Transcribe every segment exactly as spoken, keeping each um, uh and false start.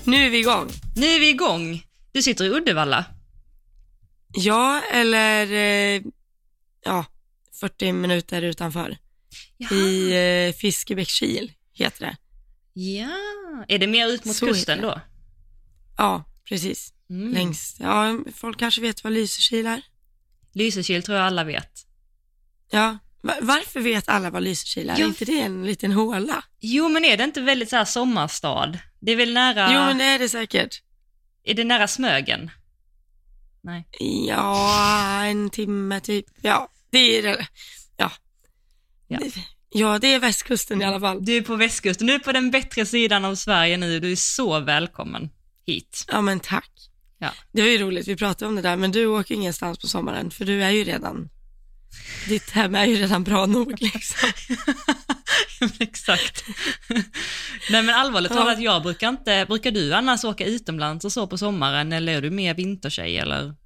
Nu är vi igång. Nu är vi igång. Du sitter i Uddevalla. Ja, eller eh, ja, fyrtio minuter utanför. Jaha. I eh, Fiskebäckskil heter det. Ja, är det mer ut mot Så kusten då? Ja, precis. Mm. Längst. Ja, folk kanske vet vad Lysekil är. Lysekil tror jag alla vet. Ja, Va- varför vet alla vad Lysekil är? Ja. Är inte det en liten håla? Jo, men är det inte väldigt så här sommarstad? Det är väl nära... Jo, men det är det säkert. Är det nära Smögen? Nej. Ja, en timme typ. Ja, det är det. Ja. Ja. Ja, det är västkusten i alla fall. Du är på västkusten. Du är på den bättre sidan av Sverige nu. Du är så välkommen hit. Ja, men tack. Ja. Det var ju roligt, vi pratade om det där, men du åker ingenstans på sommaren, för du är ju redan, ditt hem är ju redan bra nog liksom. Exakt. Nej, men allvarligt Ja. talat, jag brukar inte, brukar du annars åka utomlands och så på sommaren, eller är du mer vintertjej eller?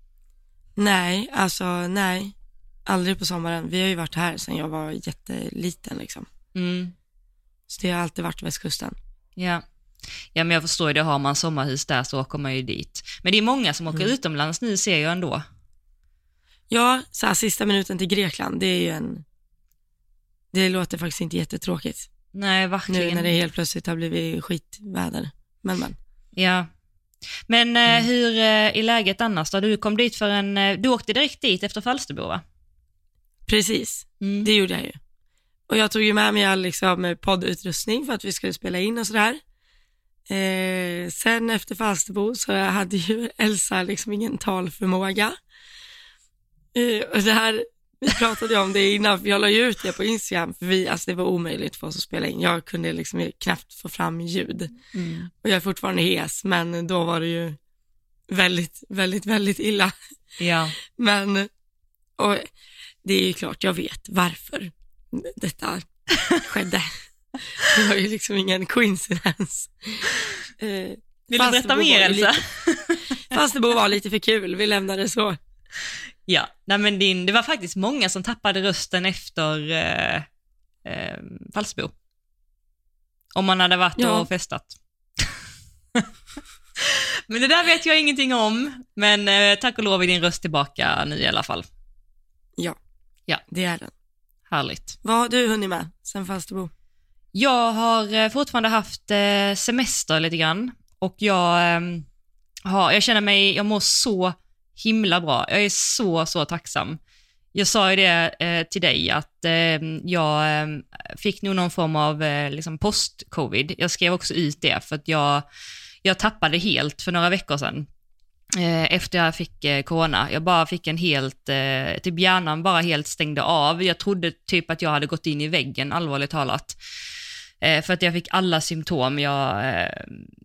Nej, alltså nej, aldrig på sommaren. Vi har ju varit här sedan jag var jätteliten liksom. Mm. Så det har alltid varit västkusten. Ja. Ja, men jag förstår ju det, har man sommarhus där så åker man ju dit. Men det är många som åker Mm. utomlands nu, ser jag ändå. Ja, så här, sista minuten till Grekland, det är ju en, det låter faktiskt inte jättetråkigt. Nej, verkligen. Nu när det helt plötsligt har blivit skitväder. Men men. Ja. Men eh, Mm. hur eh, är läget annars då? Du kom dit för en, eh, du åkte direkt dit efter Falsterbo, va? Precis, Mm. det gjorde jag ju. Och jag tog ju med mig all liksom, poddutrustning för att vi skulle spela in och sådär. Eh, sen efter Falsterbo så hade ju Elsa liksom ingen talförmåga. Eh, och det här, vi pratade ju om det innan, för jag la ju ut det på Instagram, för vi, alltså det var omöjligt för oss att spela in. Jag kunde liksom knappt få fram ljud. Mm. Och jag är fortfarande hes, men då var det ju väldigt, väldigt, väldigt illa. Ja. Men, och det är ju klart, jag vet varför detta skedde. Det var ju liksom ingen coincidence. Eh, Vill du Falsterbo berätta var mer, ju Elsa? lite- Falsterbo var lite för kul, vi lämnade så. Ja, nej, men din, det var faktiskt många som tappade rösten efter eh, eh, Falsterbo. Om man hade varit Ja. och festat. Men det där vet jag ingenting om. Men eh, tack och lov är din röst tillbaka nu i alla fall. Ja, Ja. det är den. Härligt. Vad har du hunnit med sen Falsterbo? Jag har eh, fortfarande haft eh, semester lite grann. Och jag, eh, har, jag känner mig, jag mår så himla bra. Jag är så, så tacksam. Jag sa ju det eh, till dig att eh, jag eh, fick nog någon form av eh, liksom post-covid. Jag skrev också ut det för att jag, jag tappade helt för några veckor sedan. Eh, efter jag fick eh, corona. Jag bara fick en helt, eh, typ hjärnan bara helt stängde av. Jag trodde typ att jag hade gått in i väggen, allvarligt talat. Eh, för att jag fick alla symptom. Jag... Eh,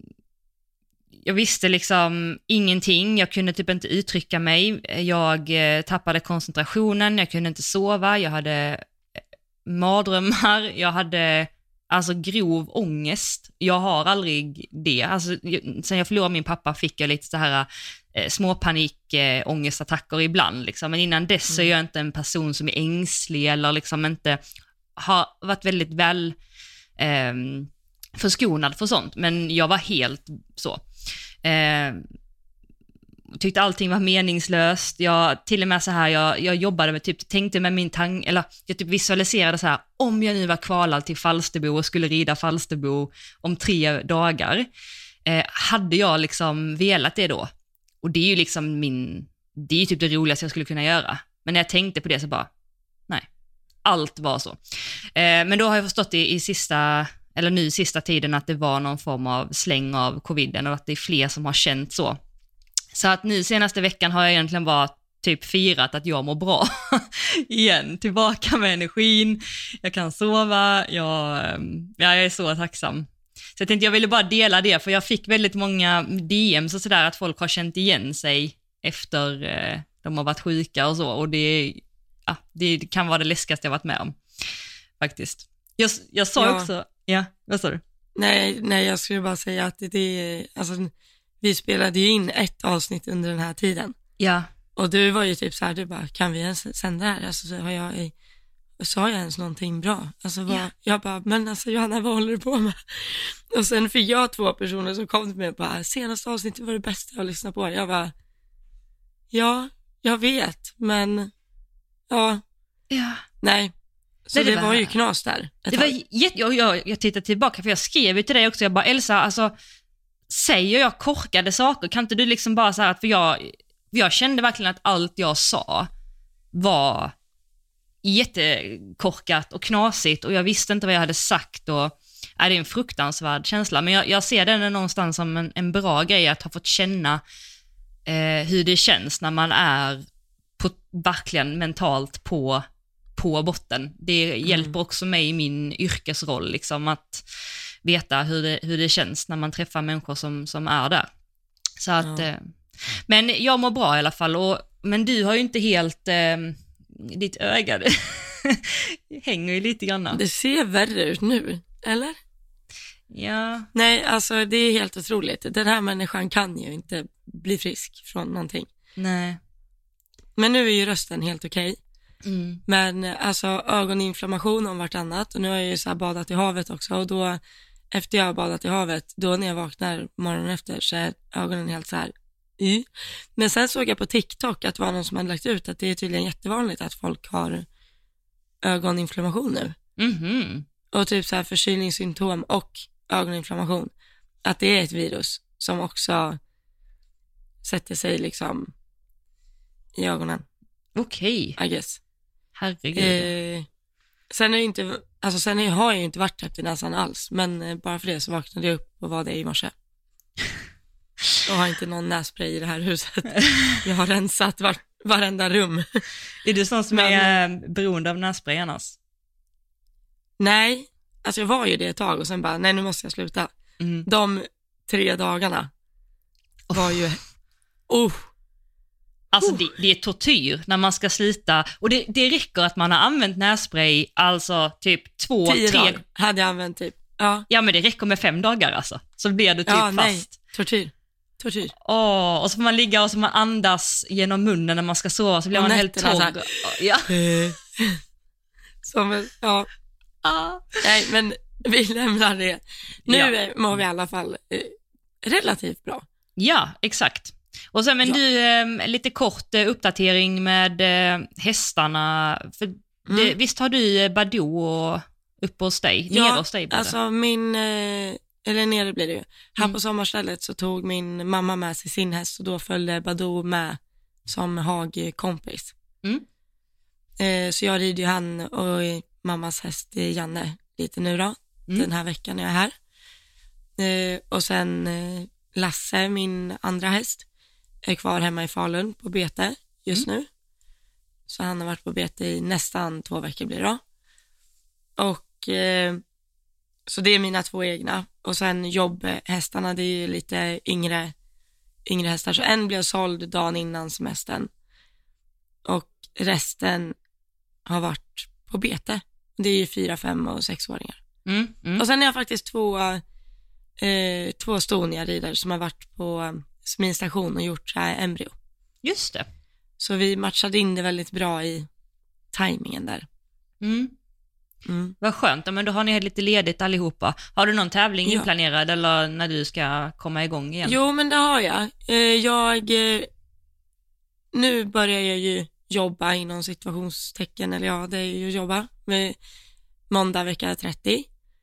Jag visste liksom ingenting, jag kunde typ inte uttrycka mig, jag eh, tappade koncentrationen, jag kunde inte sova, jag hade eh, mardrömmar, jag hade alltså grov ångest. Jag har aldrig det. Alltså, jag, sen jag förlorade min pappa fick jag lite så här eh, små panikångestattacker eh, ibland liksom. Men innan dess mm. så är jag inte en person som är ängslig eller liksom inte har varit väldigt väl eh, förskonad för sånt. Men jag var helt så. Eh, tyckte allting var meningslöst. Jag till och med så här jag, jag jobbade med typ tänkte med min tang eller jag typ visualiserade så här, om jag nu var kvalad till Falsterbo och skulle rida Falsterbo om tre dagar, eh, hade jag liksom velat det då. Och det är ju liksom min det är ju typ det roligaste jag skulle kunna göra. Men när jag tänkte på det så bara nej. Allt var så. Eh, men då har jag förstått i, i sista eller nu sista tiden att det var någon form av släng av coviden och att det är fler som har känt så. Så att nu senaste veckan har jag egentligen bara typ firat att jag mår bra igen. Tillbaka med energin, jag kan sova, jag, ja, jag är så tacksam. Så jag tänkte jag ville bara dela det för jag fick väldigt många D M's och sådär att folk har känt igen sig efter eh, de har varit sjuka och så. Och det, ja, det kan vara det läskigaste jag varit med om faktiskt. Jag, jag sa Ja. också, ja, vad sa du? Nej, nej, jag skulle bara säga att det, det alltså, vi spelade ju in ett avsnitt under den här tiden. Ja. Och du var ju typ så här, du bara, kan vi ens sända det här? Alltså, så har jag, sa jag ens någonting bra? Alltså vad, Ja. jag bara, men alltså Johanna, vad håller du på med? Och sen fick jag två personer som kom till mig och bara, senaste avsnittet var det bästa jag lyssnat på. Jag bara, ja, jag vet, men ja, Ja. nej. Så Nej, det det, var- var ju knas där. ett Det var tag. jätte, jag, jag, jag tittade tillbaka för jag skrev ju till dig också, jag bara Elsa, alltså säger jag korkade saker, kan inte du liksom bara säga att, för jag, jag kände verkligen att allt jag sa var jättekorkat och knasigt och jag visste inte vad jag hade sagt och är det är en fruktansvärd känsla, men jag, jag ser den någonstans som en, en bra grej att ha fått känna eh, hur det känns när man är på, verkligen mentalt på på botten. Det Mm. hjälper också mig i min yrkesroll liksom, att veta hur det, hur det känns när man träffar människor som, som är där. Så att, Ja. eh, men jag mår bra i alla fall, och, men du har ju inte helt eh, ditt öga det hänger ju lite grann. Det ser värre ut nu, eller? Ja, Nej, alltså det är helt otroligt. Den här människan kan ju inte bli frisk från någonting. nej. Men nu är ju rösten helt okej. Mm. Men alltså ögoninflammation om vartannat. Och nu har jag ju så här badat i havet också. Och då, efter jag har badat i havet, då när jag vaknar morgonen efter så är ögonen helt så här y. Men sen såg jag på TikTok att det var någon som hade lagt ut att det är tydligen jättevanligt att folk har ögoninflammation nu. Mhm. Och typ så här förkylningssymptom och ögoninflammation. Att det är ett virus som också sätter sig liksom i ögonen, Okej, I guess. herregud. Eh, sen är det inte, alltså sen är, har jag ju inte varit täppt i näsan alls, men eh, bara för det så vaknade jag upp och var det i morse. Och har inte någon nässpray i det här huset. Jag har rensat var, varenda rum. Är du sån som men- är eh, beroende av nässpray annars? Nej, alltså jag var ju det ett tag och sen bara, nej nu måste jag sluta. Mm. De tre dagarna var ju, oh, Alltså Oh. det, det är tortyr när man ska slita, och det, det räcker att man har använt nässpray, alltså typ två, tio tre, dagar hade jag använt typ. Ja, ja men det räcker med fem dagar alltså, så blir du typ ja nej, fast. tortyr, tortyr. Åh, och så får man ligga och så man andas genom munnen när man ska sova, så blir Och man helt nätterna torr. så Ja. Eh, Som, en- ja, Ah. nej men vi lämnar det. Nu Ja. ja. mår vi i alla fall eh, relativt bra. Ja, exakt. Och sen men Ja. du, eh, lite kort eh, uppdatering med eh, hästarna. För det, Mm. visst har du eh, Badoo och uppe hos dig? Ja, Nere hos dig blir det. Alltså min, eh, eller nere blir det ju. Här Mm. på sommarstället så tog min mamma med sig sin häst och då följde Badoo med som hagkompis. Mm. Eh, så jag rider ju han och mammas häst eh, Janne lite nu då, Mm. den här veckan när jag är här. Eh, och sen eh, Lasse, min andra häst, är kvar hemma i Falun på bete just Mm. nu. Så han har varit på bete i nästan två veckor blir det då. Och eh, så det är mina två egna. Och sen jobbhästarna, det är ju lite yngre, yngre hästar. Så en blev såld dagen innan semestern. Och resten har varit på bete. Det är ju fyra, fem och sexåringar. Mm, mm. Och sen är jag faktiskt två, eh, två stoniga ridare som har varit på eh, min station och gjort så här embryo. Just det. Så vi matchade in det väldigt bra i tajmingen där. Mm. Mm. Vad skönt, ja, men då har ni lite ledigt allihopa. Har du någon tävling Ja. inplanerad eller när du ska komma igång igen? Jo, men det har jag. Eh, jag eh, nu börjar jag ju jobba inom situationstecken, eller ja, det är ju att jobba med måndag vecka trettio.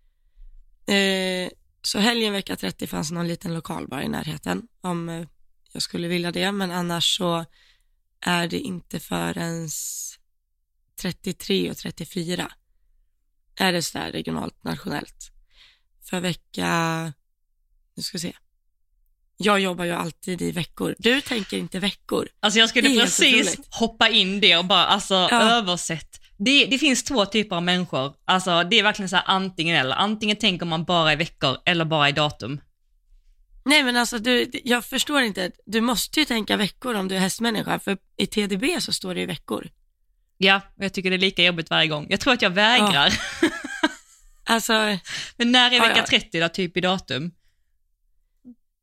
Eh, så helgen vecka trettio fanns någon liten lokal bara i närheten om eh, jag skulle vilja det, men annars så är det inte förrän trettiotre och trettiofyra är det så där regionalt nationellt. För vecka, nu ska vi se. Jag jobbar ju alltid i veckor. Du tänker inte veckor. Alltså jag skulle Det är helt precis otroligt. hoppa in det och bara alltså Ja. översätt. Det, det finns två typer av människor. Alltså det är verkligen så här antingen eller. Antingen tänker man bara i veckor eller bara i datum. Nej, men alltså du, jag förstår inte. Du måste ju tänka veckor om du är hästmänniska, för i T D B så står det i veckor. Ja, och jag tycker det är lika jobbigt varje gång. Jag tror att jag vägrar. Alltså, Men när är Ja, vecka ja. trettio då, typ i datum?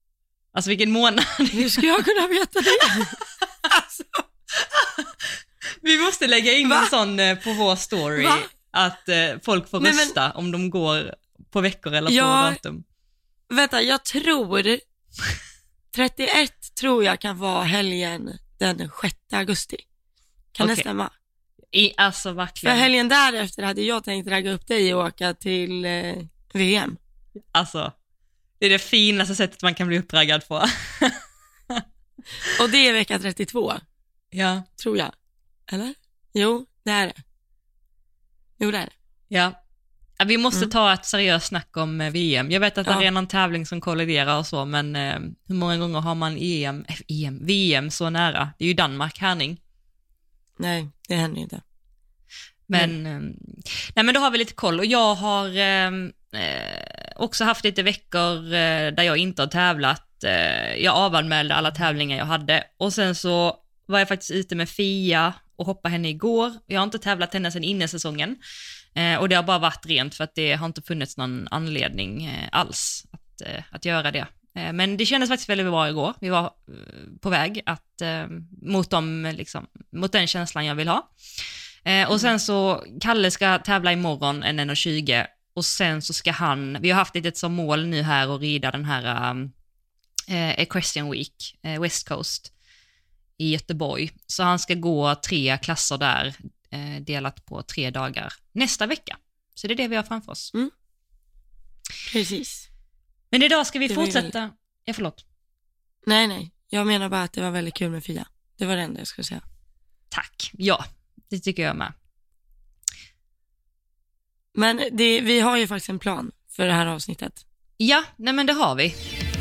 Alltså vilken månad? hur ska jag kunna veta det? Alltså, Vi måste lägga in Va? en sån eh, på vår story. Va? Att eh, folk får Nej, men- rösta om de går på veckor eller på Ja. datum. Vänta, jag tror trettioett tror jag kan vara helgen den sjätte augusti. Kan det Okej. stämma? I, alltså För verkligen. helgen därefter hade jag tänkt ragga upp dig och åka till eh, V M. Alltså, det är det finaste sättet man kan bli uppraggad på. Och det är vecka trettiotvå, Ja. tror jag. Eller? Jo, det är det. Jo, det är det. Ja. Ja, vi måste Mm. ta ett seriöst snack om eh, V M. Jag vet att Ja. det är någon tävling som kolliderar och så, men eh, hur många gånger har man E M, eh, E M, V M så nära? Det är ju Danmark, Härning. Nej, det händer ju inte. Men, eh, nej, men då har vi lite koll. Och jag har eh, eh, också haft lite veckor eh, där jag inte har tävlat. Eh, jag avanmälde alla tävlingar jag hade. Och sen så var jag faktiskt ute med Fia och hoppade henne igår. Jag har inte tävlat henne sedan innesäsongen. Eh, och det har bara varit rent för att det har inte funnits någon anledning eh, alls att, eh, att göra det. Eh, men det kändes faktiskt väldigt bra igår. Vi var eh, på väg att, eh, mot, dem, liksom, mot den känslan jag vill ha. Eh, och sen så, Kalle ska tävla imorgon en en tjugo och sen så ska han, vi har haft lite som mål nu här att rida den här um, eh, Equestrian Week, eh, West Coast i Göteborg. Så han ska gå tre klasser där, eh, delat på tre dagar nästa vecka. Så det är det vi har framför oss. Mm. Precis. Men idag ska vi Det var ju fortsätta, ja förlåt. Nej, nej. Jag menar bara att det var väldigt kul med Fia. Det var det enda jag skulle säga. Tack, ja, det tycker jag med. Men det, vi har ju faktiskt en plan för det här avsnittet. Ja, nej men det har vi.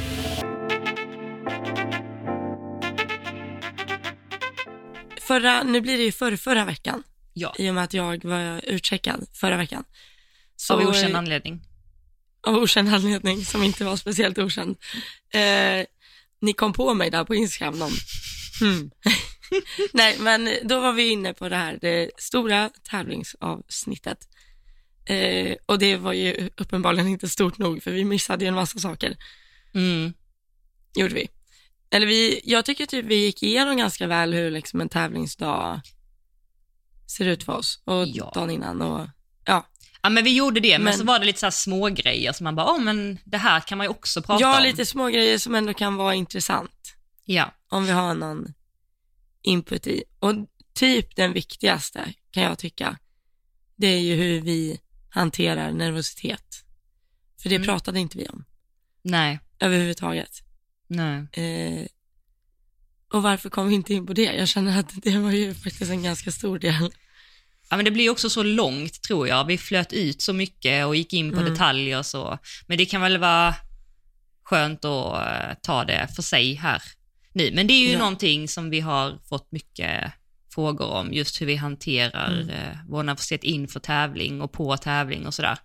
Förra, nu blir det ju för förra veckan. Ja, I och med att jag var utcheckad förra veckan. Så, av okänd anledning. Av okänd anledning, som inte var speciellt okänd. Eh, ni kom på mig där på Instagram. Någon. Hmm. Nej, men då var vi inne på det här, det stora tävlingsavsnittet. Eh, och det var ju uppenbarligen inte stort nog, för vi missade ju en massa saker. Mm. Gjorde vi. Eller vi, jag tycker typ vi gick igenom ganska väl hur liksom en tävlingsdag ser ut för oss. Och Ja. dagen innan och ja. Ja, men vi gjorde det, men, Men- så var det lite så här små grejer som man bara, åh, men det här kan man ju också prata Ja, om. lite små grejer som ändå kan vara intressant. Ja, Om vi har någon input i. Och typ den viktigaste kan jag tycka, det är ju hur vi hanterar nervositet. För det Mm. pratade inte vi om nej, överhuvudtaget. nej. Eh, och varför kom vi inte in på det? Jag känner att det var ju faktiskt en ganska stor del. Ja, men det blir också så långt, tror jag. Vi flöt ut så mycket och gick in på Mm. detaljer och så. Men det kan väl vara skönt att uh, ta det för sig här nu. Men det är ju Ja. någonting som vi har fått mycket frågor om, just hur vi hanterar Mm. uh, vår nervositet inför tävling och på tävling och sådär.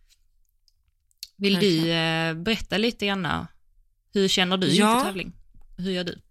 Vill Verkligen. du uh, berätta lite grann? Hur känner du Ja. inför tävling? Hur gör du?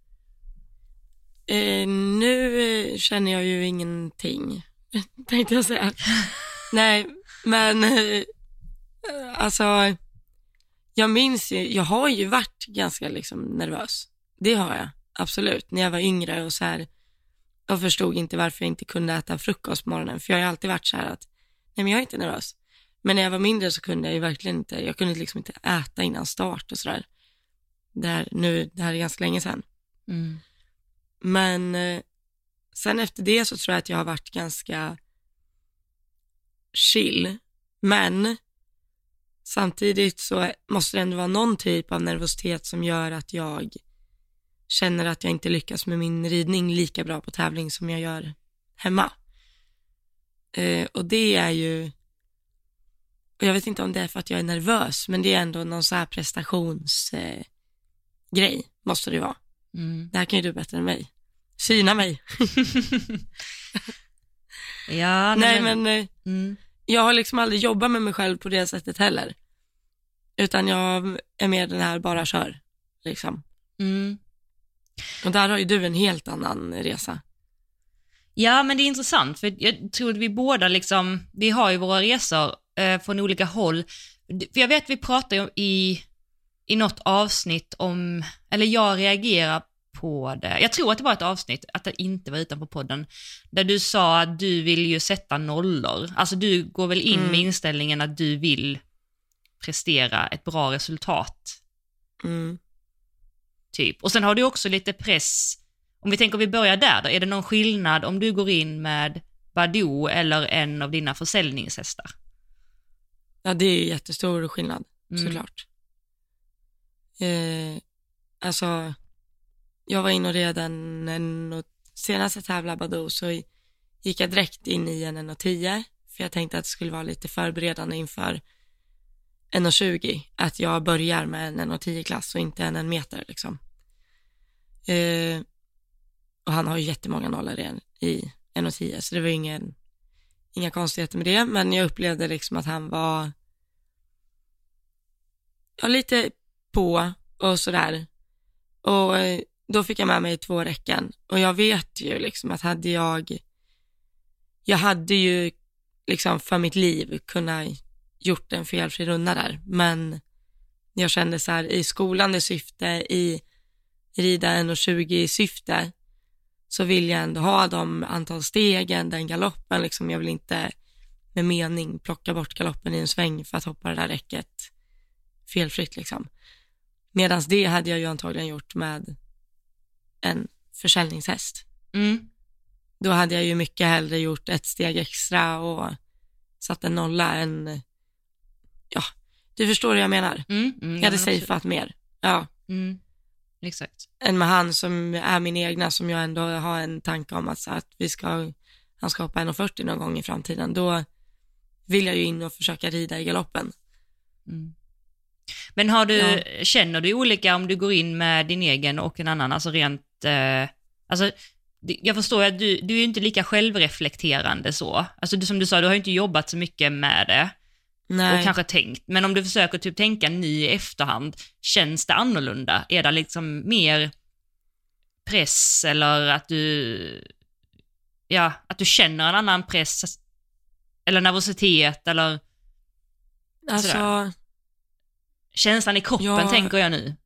Eh, nu eh, känner jag ju ingenting, tänkte jag säga. Nej, men eh, alltså, jag minns ju, jag har ju varit ganska liksom nervös. Det har jag, absolut. När jag var yngre och så här, och förstod inte varför jag inte kunde äta frukost på morgonen. För jag har ju alltid varit så här att, nej men jag är inte nervös. Men när jag var mindre så kunde jag ju verkligen inte, jag kunde liksom inte äta innan start och sådär. Det här, nu, det här är ganska länge sedan. Mm. Men eh, sen efter det så tror jag att jag har varit ganska chill. Men samtidigt så måste det ändå vara någon typ av nervositet som gör att jag känner att jag inte lyckas med min ridning lika bra på tävling som jag gör hemma. Eh, och det är ju, och jag vet inte om det är för att jag är nervös, men det är ändå någon så här prestationsgrej, eh, grej, måste det vara. Mm. Det här kan ju du bättre än mig. Syna mig. Ja, Nej, men eh, Mm. jag har liksom aldrig jobbat med mig själv på det sättet heller. Utan jag är mer den här bara kör, liksom. Mm. Och där har ju du en helt annan resa. Ja, men det är intressant, för jag tror att vi båda liksom, vi har ju våra resor eh, från olika håll. För jag vet vi pratade ju i, i något avsnitt om, eller jag reagerar på på det. Jag tror att det var ett avsnitt, att det inte var utanpå podden, där du sa att du vill ju sätta nollor. Alltså du går väl in mm. med inställningen att du vill prestera ett bra resultat. Mm. Typ. Och sen har du också lite press. Om vi tänker vi börjar där då, är det någon skillnad om du går in med Badoo eller en av dina försäljningshästar? Ja, det är jättestor skillnad, Mm. såklart. Eh, alltså, jag var inne och redan en och senaste tävla Badoo, så gick jag direkt in i en en och tio, för jag tänkte att det skulle vara lite förberedande inför en och tjugo, att jag börjar med en en och tio-klass och inte en en meter liksom. Eh, och han har ju jättemånga nollor i, i en och tio, så det var ingen, inga konstigheter med det, men jag upplevde liksom att han var ja, lite på och sådär. Och eh, då fick jag med mig två räcken, och jag vet ju liksom att hade jag jag hade ju liksom för mitt liv kunnat gjort en felfri runda där, men jag kände så här, i skolande syfte, i rida en och tjugo i syfte, så vill jag ändå ha de antal stegen, den galoppen liksom. Jag vill inte med mening plocka bort galoppen i en sväng för att hoppa det där räcket felfritt liksom. Medans det hade jag ju antagligen gjort med en försäljningshäst. Mm. Då hade jag ju mycket hellre gjort ett steg extra och satt en nolla än, ja, du förstår vad jag menar. Mm, mm, jag hade safeat mer. Ja. Mm, exakt. Än med han som är min egna, som jag ändå har en tanke om att, så att vi ska, han ska hoppa en fyrtio någon gång i framtiden. Då vill jag ju in och försöka rida i galoppen. Mm. Men har du, ja. känner du olika om du går in med din egen och en annan, alltså rent, eh, alltså jag förstår att du, du är inte lika självreflekterande så. Alltså du, som du sa, du har ju inte jobbat så mycket med det. Nej. Och kanske tänkt. Men om du försöker typ tänka ny i efterhand, känns det annorlunda? Är det liksom mer press, eller att du ja, att du känner en annan press eller nervositet eller alltså sådär? Känslan i kroppen jag, tänker jag nu.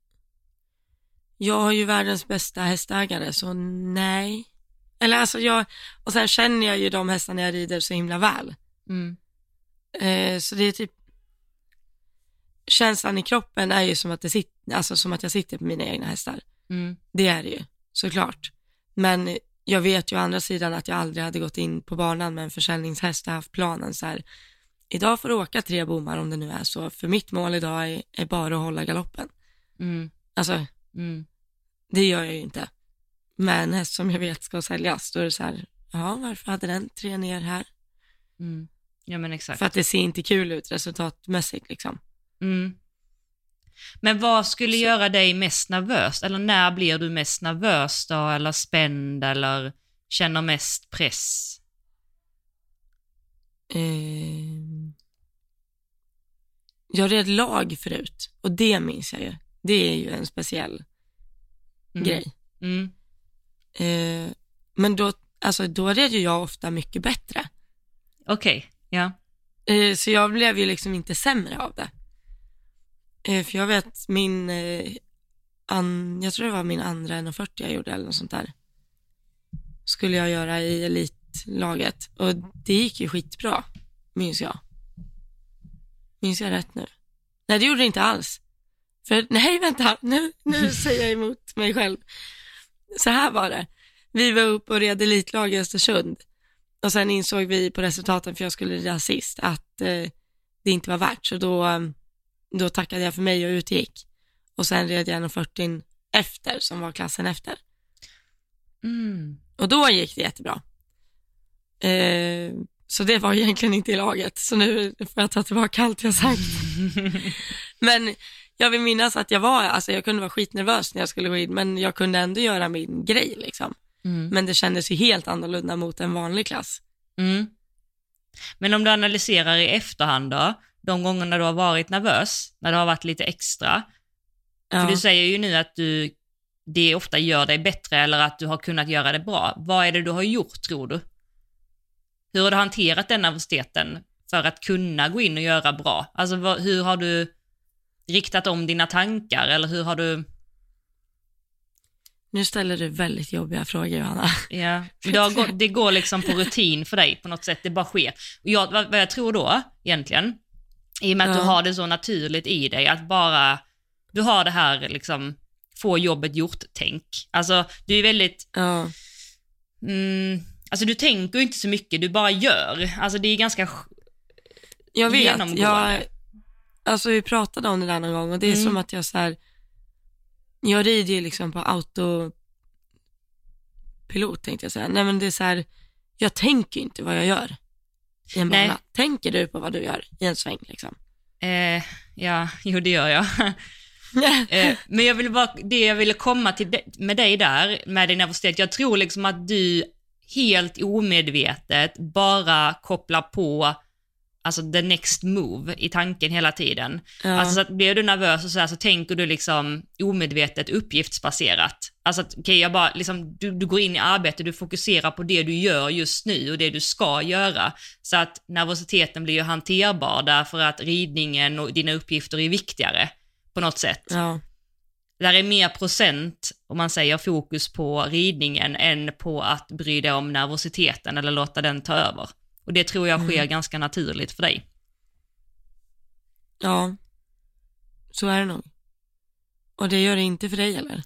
Jag har ju världens bästa hästägare, så nej. Eller alltså jag, och sen känner jag ju de hästarna jag rider så himla väl. Mm. Eh, så det är typ, känslan i kroppen är ju som att, det sit, alltså som att jag sitter på mina egna hästar. Mm. Det är det ju, såklart. Men jag vet ju å andra sidan att jag aldrig hade gått in på banan med en försäljningshäst och haft planen så här: idag får du åka tre bommar om det nu är så. För mitt mål idag är, är bara att hålla galoppen. Mm. Alltså, mm. det gör jag ju inte. Med en häst som jag vet ska säljas, då är det så här: ja, varför hade den tre ner här? Mm. Ja, men exakt. För att det ser inte kul ut resultatmässigt liksom. Mm. Men vad skulle så. göra dig mest nervös? Eller när blir du mest nervös då? Eller spänd? Eller känner mest press? Eh, jag red lag förut, och det minns jag ju. Det är ju en speciell mm. grej. Mm. Eh, men då, alltså, då red ju jag ofta mycket bättre. Okej, okay. ja. Eh, så jag blev ju liksom inte sämre av det. Eh, för jag vet min, eh, an, jag tror det var min andra en fyrtio jag gjorde eller något sånt där. Skulle jag göra i elitlaget. Och det gick ju skitbra, minns jag. Minns jag rätt nu? Nej, det gjorde det inte alls. För, nej vänta, nu, nu säger jag emot mig själv. Så här var det. Vi var upp och red elitlag i Östersund. Och sen insåg vi på resultaten, för jag skulle rida sist, att eh, det inte var värt. Så då, då tackade jag för mig och utgick. Och sen red jag en fyrtio efter, som var klassen efter. Mm. Och då gick det jättebra. Eh, så det var egentligen inte i laget. Så nu får jag ta tillbaka allt jag sagt. Men jag vill minnas att jag var, alltså jag kunde vara skitnervös när jag skulle gå in, men jag kunde ändå göra min grej liksom. Mm. Men det kändes ju helt annorlunda mot en vanlig klass. Mm. Men om du analyserar i efterhand då, de gångerna du har varit nervös, när det har varit lite extra, ja. För du säger ju nu att du, det ofta gör dig bättre, eller att du har kunnat göra det bra. Vad är det du har gjort, tror du? Hur har du hanterat den nervositeten för att kunna gå in och göra bra? Alltså vad, hur har du riktat om dina tankar, eller hur har du... Nu ställer du väldigt jobbiga frågor, Johanna. Ja, det, har gått, det går liksom på rutin för dig på något sätt, det bara sker. Och jag, vad, vad jag tror då egentligen, i och med att ja. du har det så naturligt i dig, att bara, du har det här liksom, få jobbet gjort-tänk. Alltså, du är väldigt, ja. mm, alltså du tänker ju inte så mycket, du bara gör. Alltså det är ganska jag vet, jag, alltså vi pratade om det där någon gång och det är mm. som att jag så här, jag rider ju liksom på autopilot tänkte jag säga. Nej men det är så här, jag tänker inte vad jag gör i en bana. Nej. Tänker du på vad du gör i en sväng liksom? Eh, ja, jo det gör jag. eh, men jag ville bara, det jag ville komma till de, med dig där, med din nervositet, jag tror liksom att du helt omedvetet bara kopplar på alltså the next move i tanken hela tiden. Ja. Alltså så att blir du nervös och så här, så tänker du liksom omedvetet uppgiftsbaserat. Alltså att okay, jag bara liksom du, du går in i arbete, du fokuserar på det du gör just nu och det du ska göra. Så att nervositeten blir ju hanterbar därför att ridningen och dina uppgifter är viktigare på något sätt. Ja. Där är mer procent, om man säger, fokus på ridningen än på att bry dig om nervositeten eller låta den ta över. Och det tror jag sker mm. ganska naturligt för dig. Ja, så är det nog. Och det gör det inte för dig, eller?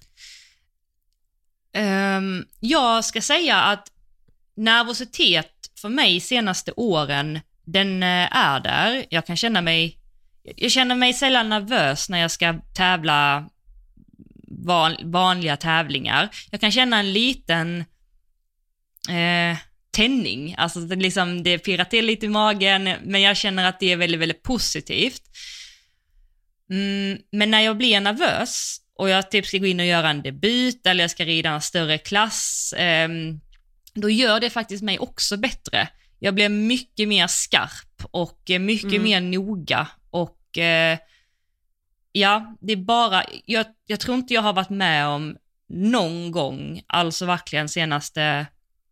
Um, jag ska säga att nervositet för mig senaste åren, den är där. Jag kan känna mig, jag känner mig sällan nervös när jag ska tävla van, vanliga tävlingar. Jag kan känna en liten... Eh, tändning, alltså det, liksom, det pirrar till lite i magen, men jag känner att det är väldigt, väldigt positivt. Mm, men när jag blir nervös och jag typ ska gå in och göra en debut eller jag ska rida en större klass, eh, då gör det faktiskt mig också bättre. Jag blir mycket mer skarp och mycket mm. mer noga och eh, ja, det är bara, jag, jag tror inte jag har varit med om någon gång, alltså verkligen senaste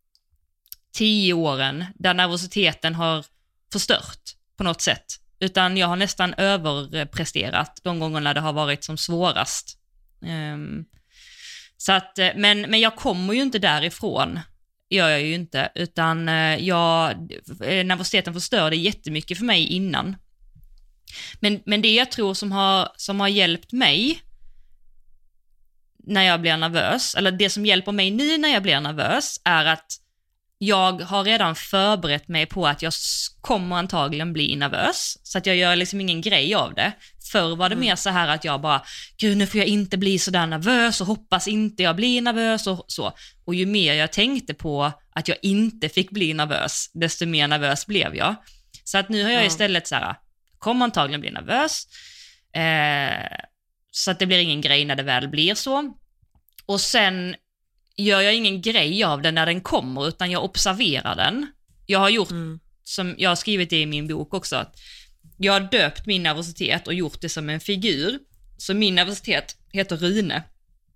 tio åren där nervositeten har förstört på något sätt. Utan jag har nästan överpresterat de gångerna det har varit som svårast. Um, så att, men, men jag kommer ju inte därifrån, gör jag ju inte. Utan jag, nervositeten förstörde jättemycket för mig innan. Men, men det jag tror som har, som har hjälpt mig när jag blir nervös, eller det som hjälper mig nu när jag blir nervös, är att jag har redan förberett mig på att jag kommer antagligen bli nervös. Så att jag gör liksom ingen grej av det. Förr var det mm. mer så här att jag bara, gud nu får jag inte bli så där nervös och hoppas inte jag blir nervös och så. Och ju mer jag tänkte på att jag inte fick bli nervös, desto mer nervös blev jag. Så att nu har jag mm. istället så här, kommer antagligen bli nervös. Eh, så att det blir ingen grej när det väl blir så. Och sen gör jag ingen grej av den när den kommer, utan jag observerar den. Jag har gjort, mm. som jag har skrivit det i min bok också, att jag har döpt min nervositet och gjort det som en figur. Så min nervositet heter Rune.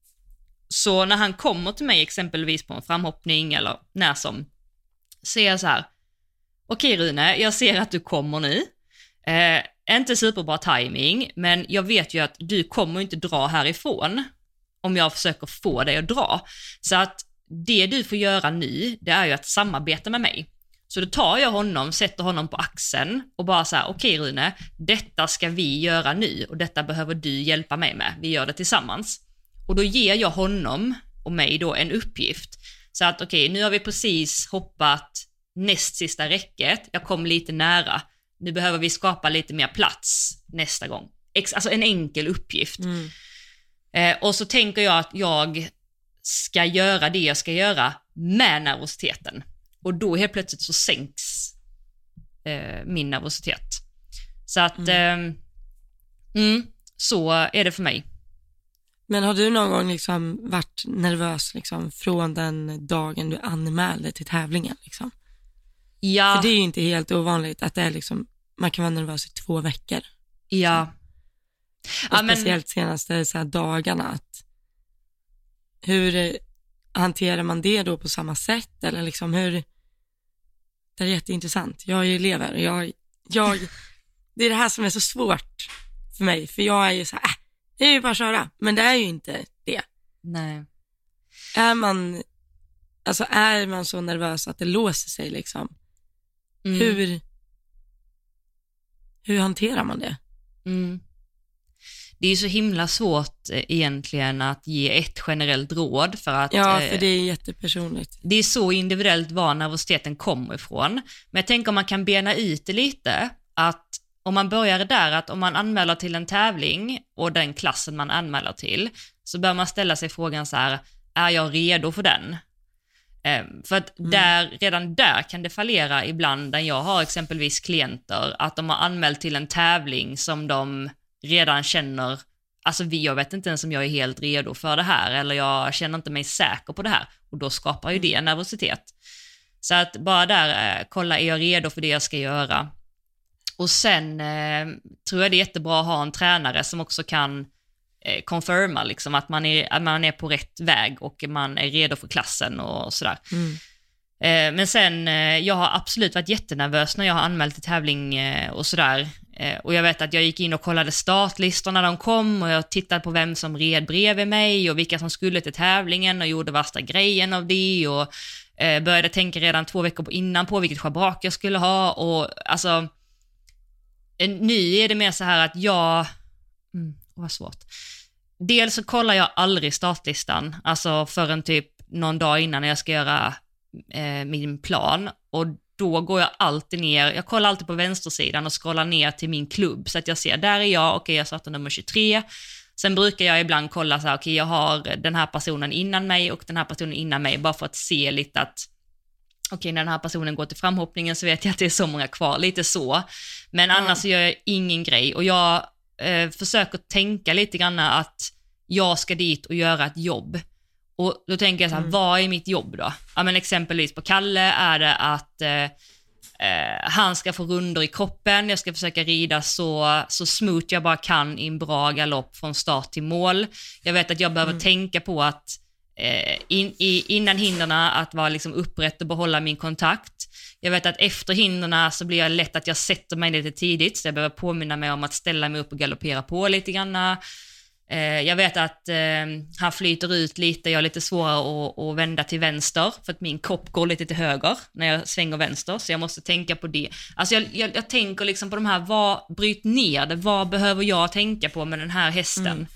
Så när han kommer till mig exempelvis på en framhoppning eller när som, ser jag så här, okej Rune, jag ser att du kommer nu. Eh, inte superbra timing, men jag vet ju att du kommer inte dra härifrån om jag försöker få dig att dra. Så att det du får göra nu, det är ju att samarbeta med mig. Så då tar jag honom, sätter honom på axeln och bara så här, okej Rune, detta ska vi göra nu och detta behöver du hjälpa mig med. Vi gör det tillsammans. Och då ger jag honom och mig då en uppgift. Så att okej, nu har vi precis hoppat näst sista räcket. Jag kom lite nära. Nu behöver vi skapa lite mer plats nästa gång. Alltså en enkel uppgift. Mm. Eh, och så tänker jag att jag ska göra det jag ska göra med nervositeten. Och då helt plötsligt så sänks eh, min nervositet. Så att mm. Eh, mm, så är det för mig. Men har du någon gång liksom varit nervös liksom från den dagen du anmälde till tävlingen liksom? Ja. För det är ju inte helt ovanligt att det är liksom, man kan vara nervös i två veckor. Ja. Och ja, men speciellt senaste så här dagarna. Att hur hanterar man det då på samma sätt? Eller liksom hur... Det är jätteintressant. Jag är ju elever. Jag, jag, det är det här som är så svårt för mig. För jag är ju så här, äh, det är ju bara att köra. Men det är ju inte det. Nej. är man, alltså är man så nervös att det låser sig liksom, Mm. hur, hur hanterar man det? Mm. Det är ju så himla svårt eh, egentligen att ge ett generellt råd för att Ja, eh, för det är jättepersonligt. det är så individuellt var nervositeten kommer ifrån. Men jag tänker om man kan bena ut det lite, att om man börjar där att om man anmäler till en tävling och den klassen man anmäler till, så bör man ställa sig frågan så här: är jag redo för den? Eh, för att Mm. där, redan där kan det fallera ibland, där jag har exempelvis klienter, att de har anmält till en tävling som de redan känner, alltså vi, jag vet inte ens om jag är helt redo för det här, eller jag känner inte mig säker på det här, och då skapar ju det nervositet. Så att bara där, eh, kolla, är jag redo för det jag ska göra? Och sen eh, tror jag det är jättebra att ha en tränare som också kan eh, confirma liksom, att, man är, att man är på rätt väg och man är redo för klassen och sådär. Mm. Eh, men sen, eh, jag har absolut varit jättenervös när jag har anmält till tävling eh, och sådär. Eh, och jag vet att jag gick in och kollade startlistorna när de kom, och jag tittade på vem som red bredvid mig och vilka som skulle till tävlingen och gjorde värsta grejen av det, och eh, började tänka redan två veckor på innan på vilket schabrak jag skulle ha. Och alltså, eh, nu är det mer så här att jag, mm, vad svårt. Dels så kollar jag aldrig startlistan, alltså förrän typ någon dag innan när jag ska göra eh, min plan, och då går jag alltid ner, jag kollar alltid på vänstersidan och scrollar ner till min klubb så att jag ser, där är jag, okej, jag startar nummer tjugotre. Sen brukar jag ibland kolla så här, okej, jag har den här personen innan mig och den här personen innan mig, bara för att se lite att okej, när den här personen går till framhoppningen så vet jag att det är så många kvar, lite så. Men Mm. annars så gör jag ingen grej, och jag eh, försöker tänka lite grann att jag ska dit och göra ett jobb. Och då tänker jag så här, Mm. vad är mitt jobb då? Ja, men exempelvis på Kalle är det att eh, eh, han ska få rundor i kroppen, jag ska försöka rida så, så smooth jag bara kan i en bra galopp från start till mål. Jag vet att jag behöver Mm. tänka på att eh, in, i, innan hinderna att vara liksom upprätt och behålla min kontakt. Jag vet att efter hinderna så blir jag lätt att jag sätter mig lite tidigt, så jag behöver påminna mig om att ställa mig upp och galoppera på lite grann. Jag vet att eh, han flyter ut lite, jag är lite svårare att, att vända till vänster för att min kropp går lite till höger när jag svänger vänster, så jag måste tänka på det. Alltså jag, jag, jag tänker liksom på de här, vad, bryt ner det, vad behöver jag tänka på med den här hästen? Mm.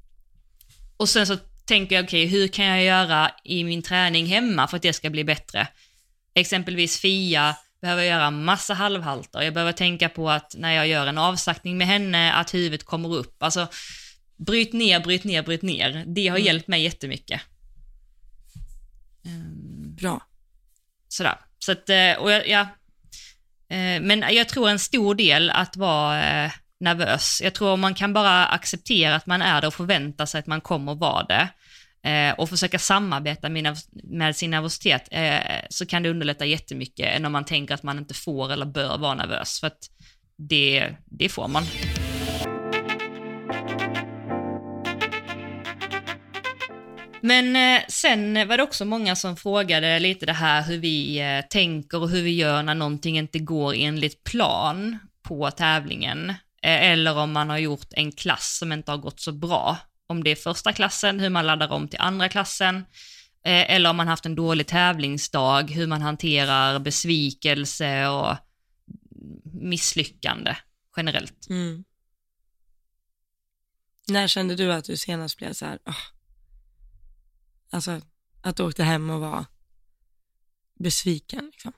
Och sen så tänker jag, okej, okay, hur kan jag göra i min träning hemma för att det ska bli bättre? Exempelvis Fia behöver göra massa halvhalter, jag behöver tänka på att när jag gör en avsaktning med henne, att huvudet kommer upp, alltså bryt ner, bryt ner, bryt ner. Det har mm. hjälpt mig jättemycket. Um, Bra. Sådär. Så att, och jag, ja, men jag tror en stor del att vara eh, nervös. Jag tror man kan bara acceptera att man är det och förvänta sig att man kommer vara det. Eh, och försöka samarbeta med, med sin nervositet, eh, så kan det underlätta jättemycket än om man tänker att man inte får eller bör vara nervös. För att det, det får man. Men eh, sen var det också många som frågade lite det här hur vi eh, tänker och hur vi gör när någonting inte går enligt plan på tävlingen. Eh, eller om man har gjort en klass som inte har gått så bra. Om det är första klassen, hur man laddar om till andra klassen. Eh, eller om man haft en dålig tävlingsdag, hur man hanterar besvikelse och misslyckande generellt. Mm. När kände du att du senast blev så här... Oh. Alltså att du åkte hem och var besviken liksom?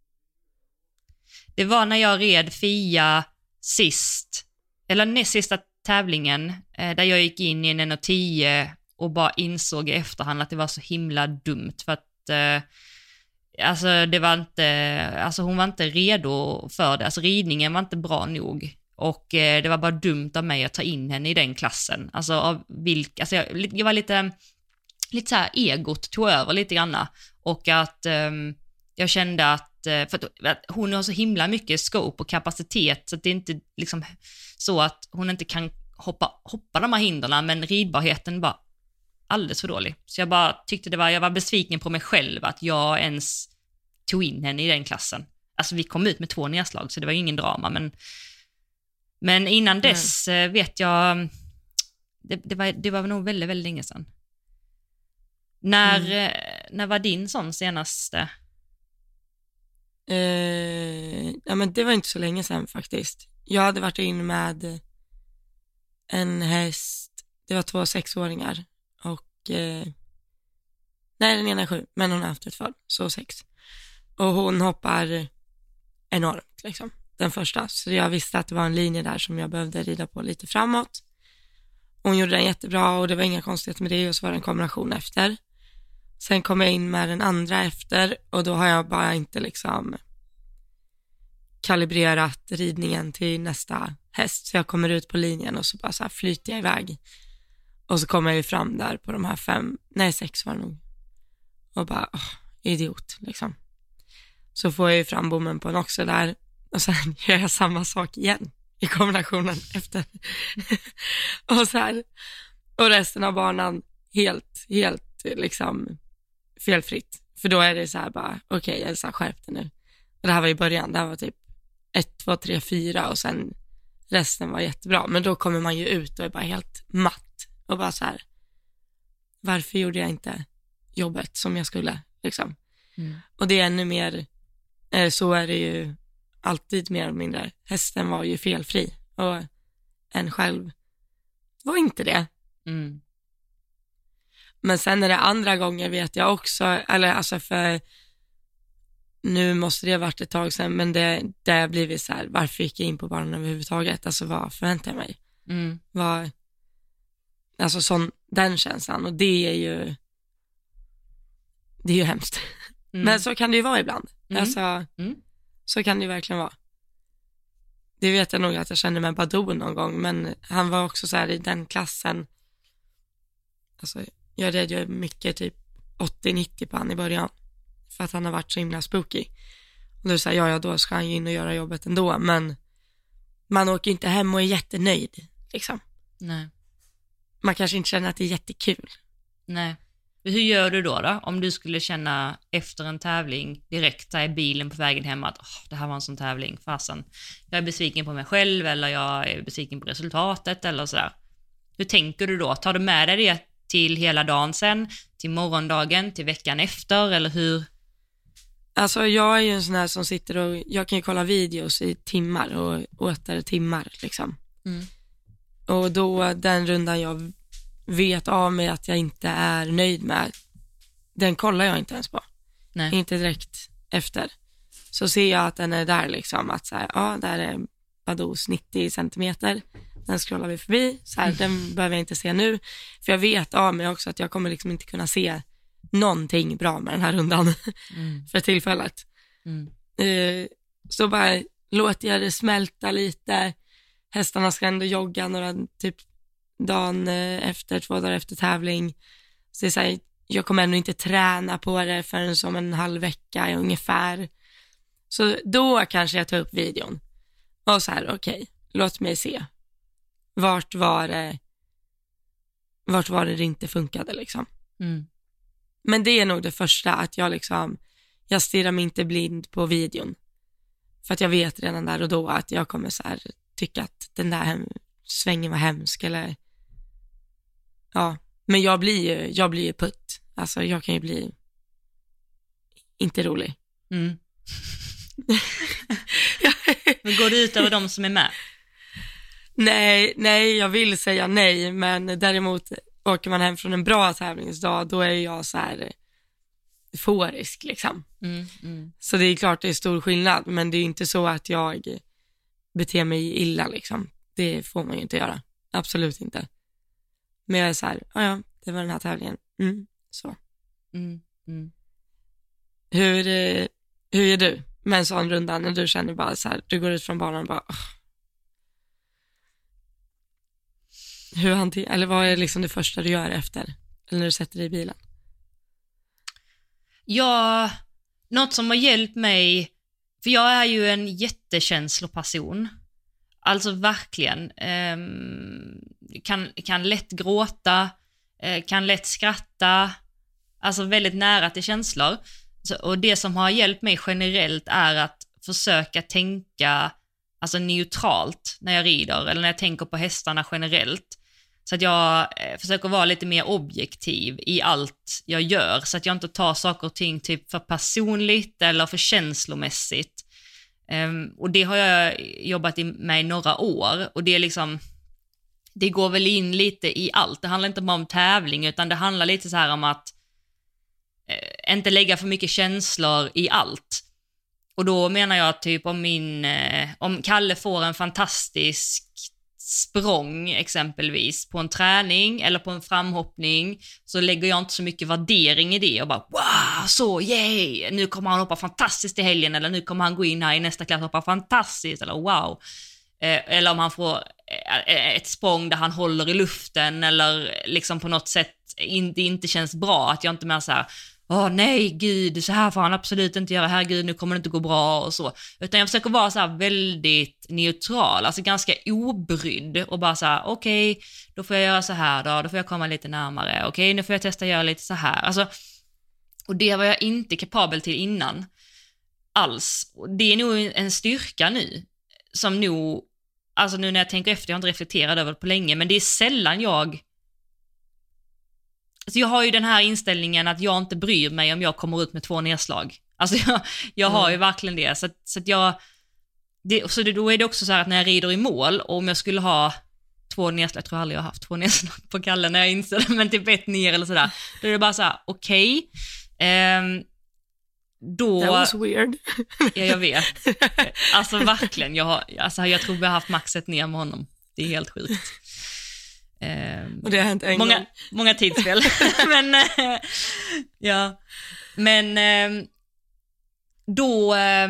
Det var när jag red Fia sist, eller näst sista tävlingen, eh, där jag gick in i en en tio och bara insåg i efterhand att det var så himla dumt, för att eh, alltså det var inte, alltså hon var inte redo för det, alltså ridningen var inte bra nog, och eh, det var bara dumt av mig att ta in henne i den klassen, alltså av vilka, alltså jag, jag var lite lite så här, egot tog över lite grann, och att um, jag kände att, för att, att hon har så himla mycket scope och kapacitet, så att det är inte liksom så att hon inte kan hoppa, hoppa de här hinderna, men ridbarheten var alldeles för dålig. Så jag bara tyckte det var, jag var besviken på mig själv att jag ens tog in henne i den klassen. Alltså vi kom ut med två nedslag, så det var ju ingen drama, men, men innan dess mm. vet jag, det, det, var, det var nog väldigt, väldigt länge sedan. När, mm. när var din sån senaste? Eh, ja, men det var inte så länge sedan faktiskt. Jag hade varit in med en häst, det var två sexåringar och eh, nej, den ena är sju, men hon har haft ett föl, så sex. Och hon hoppar enormt liksom, den första. Så jag visste att det var en linje där som jag behövde rida på lite framåt. Hon gjorde den jättebra och det var inga konstigheter med det, och så var det en kombination efter. Sen kom jag in med den andra efter och då har jag bara inte liksom kalibrerat ridningen till nästa häst. Så jag kommer ut på linjen och så bara så här flyter jag iväg. Och så kommer jag ju fram där på de här fem, nej sex var det nog. Och bara, åh, idiot liksom. Så får jag ju fram bommen på en också där. Och sen gör jag samma sak igen i kombinationen efter. Och så här. Och resten av banan helt, helt liksom felfritt. För då är det så här bara, okej, okay, Elsa, skärp dig nu. Och det här var i början, det här var typ ett, två, tre, fyra och sen resten var jättebra. Men då kommer man ju ut och är bara helt matt. Och bara så här, varför gjorde jag inte jobbet som jag skulle liksom? Mm. Och det är ännu mer, så är det ju alltid mer eller mindre. Hästen var ju felfri och en själv var inte det. Mm. Men sen är det andra gånger vet jag också, eller alltså för nu måste det ha varit ett tag sedan, men det, det har blivit så här, varför gick jag in på banan överhuvudtaget? Alltså vad förväntar jag mig? Mm. Vad, alltså sån, den känslan, och det är ju det är ju hemskt. Mm. Men så kan det ju vara ibland. Mm. Alltså, mm. Så kan det ju verkligen vara. Det vet jag nog att jag kände med Badou någon gång, men han var också så här i den klassen. Alltså, jag red ju mycket typ åttio nittio på han i början. För att han har varit så himla spooky. Och då säger jag, ja, då ska han ju in och göra jobbet ändå. Men man åker inte hem och är jättenöjd, liksom. Nej. Man kanske inte känner att det är jättekul. Nej. Hur gör du då då? Om du skulle känna efter en tävling direkt där i bilen på vägen hem att oh, det här var en sån tävling, fasen. Jag är besviken på mig själv eller jag är besviken på resultatet eller sådär. Hur tänker du då? Tar du med dig det till hela dagen sen, till morgondagen, till veckan efter eller hur? Alltså jag är ju en sån här som sitter och jag kan ju kolla videos i timmar och åter timmar liksom. Mm. Och då den rundan jag vet av mig att jag inte är nöjd med, den kollar jag inte ens på. Nej. Inte direkt efter. Så ser jag att den är där liksom, att så här, ja, där är Badous nittio centimeter. Den scrollar vi förbi. Så här, mm. Den behöver jag inte se nu. För jag vet av mig också att jag kommer liksom inte kunna se någonting bra med den här rundan mm. för tillfället. Mm. Uh, så bara låter jag det smälta lite. Hästarna ska ändå jogga några typ dagen efter, två dagar efter tävling. Så det är så här, jag kommer ändå inte träna på det förrän som en halv vecka ungefär. Så då kanske jag tar upp videon. Och så här, okej, okay, låt mig se. Vart var det vart var det det inte funkade liksom. Mm. Men det är nog det första, att jag liksom jag stirrar mig inte blind på videon. För att jag vet redan där och då att jag kommer så här tycka att den där hem, svängen var hemsk eller ja, men jag blir ju jag blir ju putt. Alltså jag kan ju bli inte rolig. Mm. Men går det ut över de som är med? Nej, nej, jag vill säga nej, men däremot åker man hem från en bra tävlingsdag, då är jag så här euforisk liksom. Mm, mm. Så det är klart det är stor skillnad, men det är inte så att jag beter mig illa liksom. Det får man ju inte göra. Absolut inte. Men jag är så här, ja, det var den här tävlingen. Mm, så. Mm, mm. Hur, hur är du med en sån runda när du känner bara så här, du går ut från banan och bara... Oh. Hur hanter, eller vad är liksom det första du gör efter? Eller när du sätter dig i bilen? Ja, något som har hjälpt mig, för jag är ju en jättekänsloperson. Alltså verkligen. Eh, kan, kan lätt gråta, eh, kan lätt skratta. Alltså väldigt nära till känslor. Så, och det som har hjälpt mig generellt är att försöka tänka alltså neutralt när jag rider eller när jag tänker på hästarna generellt. Så att jag eh, försöker vara lite mer objektiv i allt jag gör, så att jag inte tar saker och ting typ för personligt eller för känslomässigt. Um, och det har jag jobbat med i några år, och det är liksom, det går väl in lite i allt. Det handlar inte bara om tävling, utan det handlar lite så här om att eh, inte lägga för mycket känslor i allt. Och då menar jag typ om min eh, om Kalle får en fantastisk språng exempelvis på en träning eller på en framhoppning, så lägger jag inte så mycket värdering i det och bara wow, så yay, nu kommer han hoppa fantastiskt i helgen, eller nu kommer han gå in här i nästa klass och hoppa fantastiskt, eller wow. Eh, eller om han får eh, ett språng där han håller i luften, eller liksom på något sätt in, det inte känns bra, att jag inte mer så här åh nej, gud, så här får han absolut inte göra, här gud, nu kommer det inte gå bra och så. Utan jag försöker vara så här väldigt neutral, alltså ganska obrydd och bara så här, okej, okay, då får jag göra så här då, då får jag komma lite närmare, okej, okay, nu får jag testa göra lite så här. Alltså, och det var jag inte kapabel till innan alls. Och det är nog en styrka nu, som nog, alltså nu när jag tänker efter, jag har inte reflekterat över det på länge, men det är sällan jag Alltså jag har ju den här inställningen att jag inte bryr mig om jag kommer ut med två nedslag. Alltså jag, jag har ju verkligen det. Så, att, så att jag... Det, så det, då är det också så här att när jag rider i mål, och om jag skulle ha två nedslag, jag tror aldrig jag har haft två nedslag på Kalle när jag inser det, men typ ett ner eller sådär. Då är det bara så här, okej. Okay, ehm, då... That was weird. Ja, jag vet. Alltså verkligen. Jag, har, alltså, jag tror vi har haft max ett ner med honom. Det är helt sjukt. Och det har hänt en många, gång. många tidsspel. men äh, ja, men äh, då äh,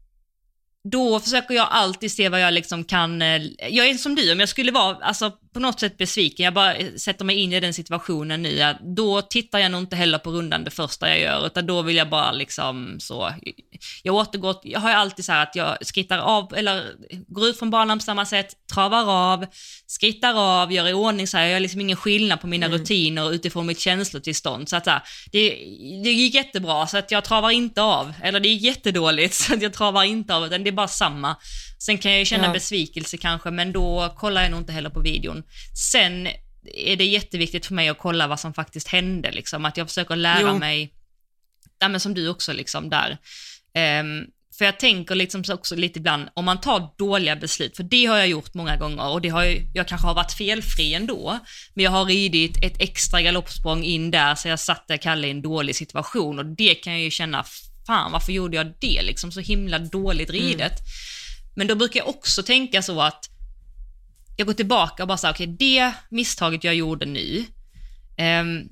då försöker jag alltid se vad jag liksom kan. Äh, jag är som du, om jag skulle vara alltså, på något sätt besviken, jag bara sätter mig in i den situationen nu, att då tittar jag nog inte heller på rundan det första jag gör, utan då vill jag bara liksom så, jag återgår, jag har ju alltid så här att jag skrittar av, eller går ut från banan på samma sätt, travar av, skrittar av, gör i ordning så här, jag har liksom ingen skillnad på mina mm. rutiner utifrån mitt känslotillstånd, så att så här, det, det gick jättebra så att jag travar inte av, eller det gick jättedåligt så att jag travar inte av, utan det är bara samma. Sen kan jag ju känna ja. besvikelse kanske, men då kollar jag nog inte heller på videon. Sen är det jätteviktigt för mig att kolla vad som faktiskt hände, liksom, att jag försöker lära jo. mig, ja, men som du också liksom där. Um, för jag tänker liksom också lite ibland, om man tar dåliga beslut, för det har jag gjort många gånger, och det har ju, jag kanske har varit felfri ändå, men jag har ridit ett extra galoppsprång in där, så jag satte Kalle i en dålig situation, och det kan jag ju känna, fan varför gjorde jag det liksom, så himla dåligt ridet. Mm. Men då brukar jag också tänka så att jag går tillbaka och bara säger, okej, okay, det misstaget jag gjorde nu, um,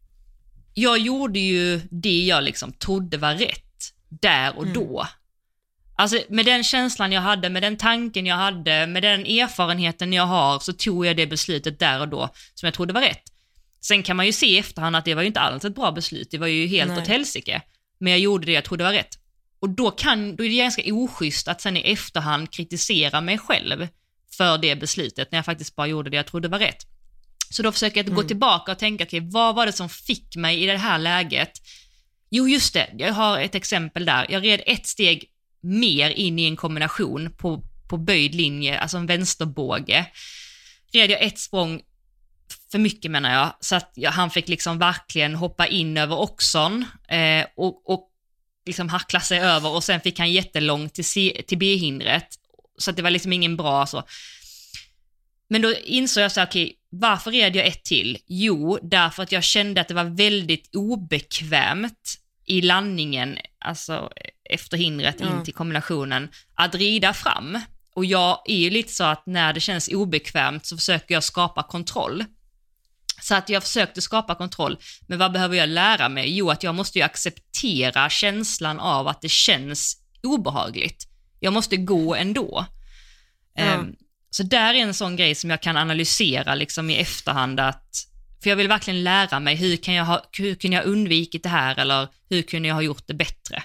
jag gjorde ju det jag liksom trodde var rätt där och då. Mm. Alltså med den känslan jag hade, med den tanken jag hade, med den erfarenheten jag har, så tog jag det beslutet där och då som jag trodde var rätt. Sen kan man ju se i efterhand att det var ju inte alls ett bra beslut, det var ju helt åt helsike. Men jag gjorde det jag trodde var rätt. Och då, kan, då är det ganska oschysst att sen i efterhand kritisera mig själv för det beslutet, när jag faktiskt bara gjorde det jag trodde var rätt. Så då försöker jag mm. gå tillbaka och tänka, okay, vad var det som fick mig i det här läget? Jo, just det, jag har ett exempel där. Jag red ett steg mer in i en kombination på, på böjd linje, alltså en vänsterbåge. Red jag ett språng för mycket, menar jag, så att jag, han fick liksom verkligen hoppa in över oxon eh, och, och liksom hackla sig över, och sen fick han jättelångt till, C, till B-hindret, så att det var liksom ingen bra så. Men då insåg jag så här, okej, okay, varför red jag ett till? Jo, därför att jag kände att det var väldigt obekvämt i landningen, alltså efter hindret mm. in till kombinationen, att rida fram. Och jag är ju lite så att när det känns obekvämt så försöker jag skapa kontroll. Så att jag försökte skapa kontroll. Men vad behöver jag lära mig? Jo, att jag måste ju acceptera känslan av att det känns obehagligt. Jag måste gå ändå. Mm. Um, så där är en sån grej som jag kan analysera liksom i efterhand, att, för jag vill verkligen lära mig, hur kan jag ha, hur kunde jag undvikit det här, eller hur kunde jag ha gjort det bättre?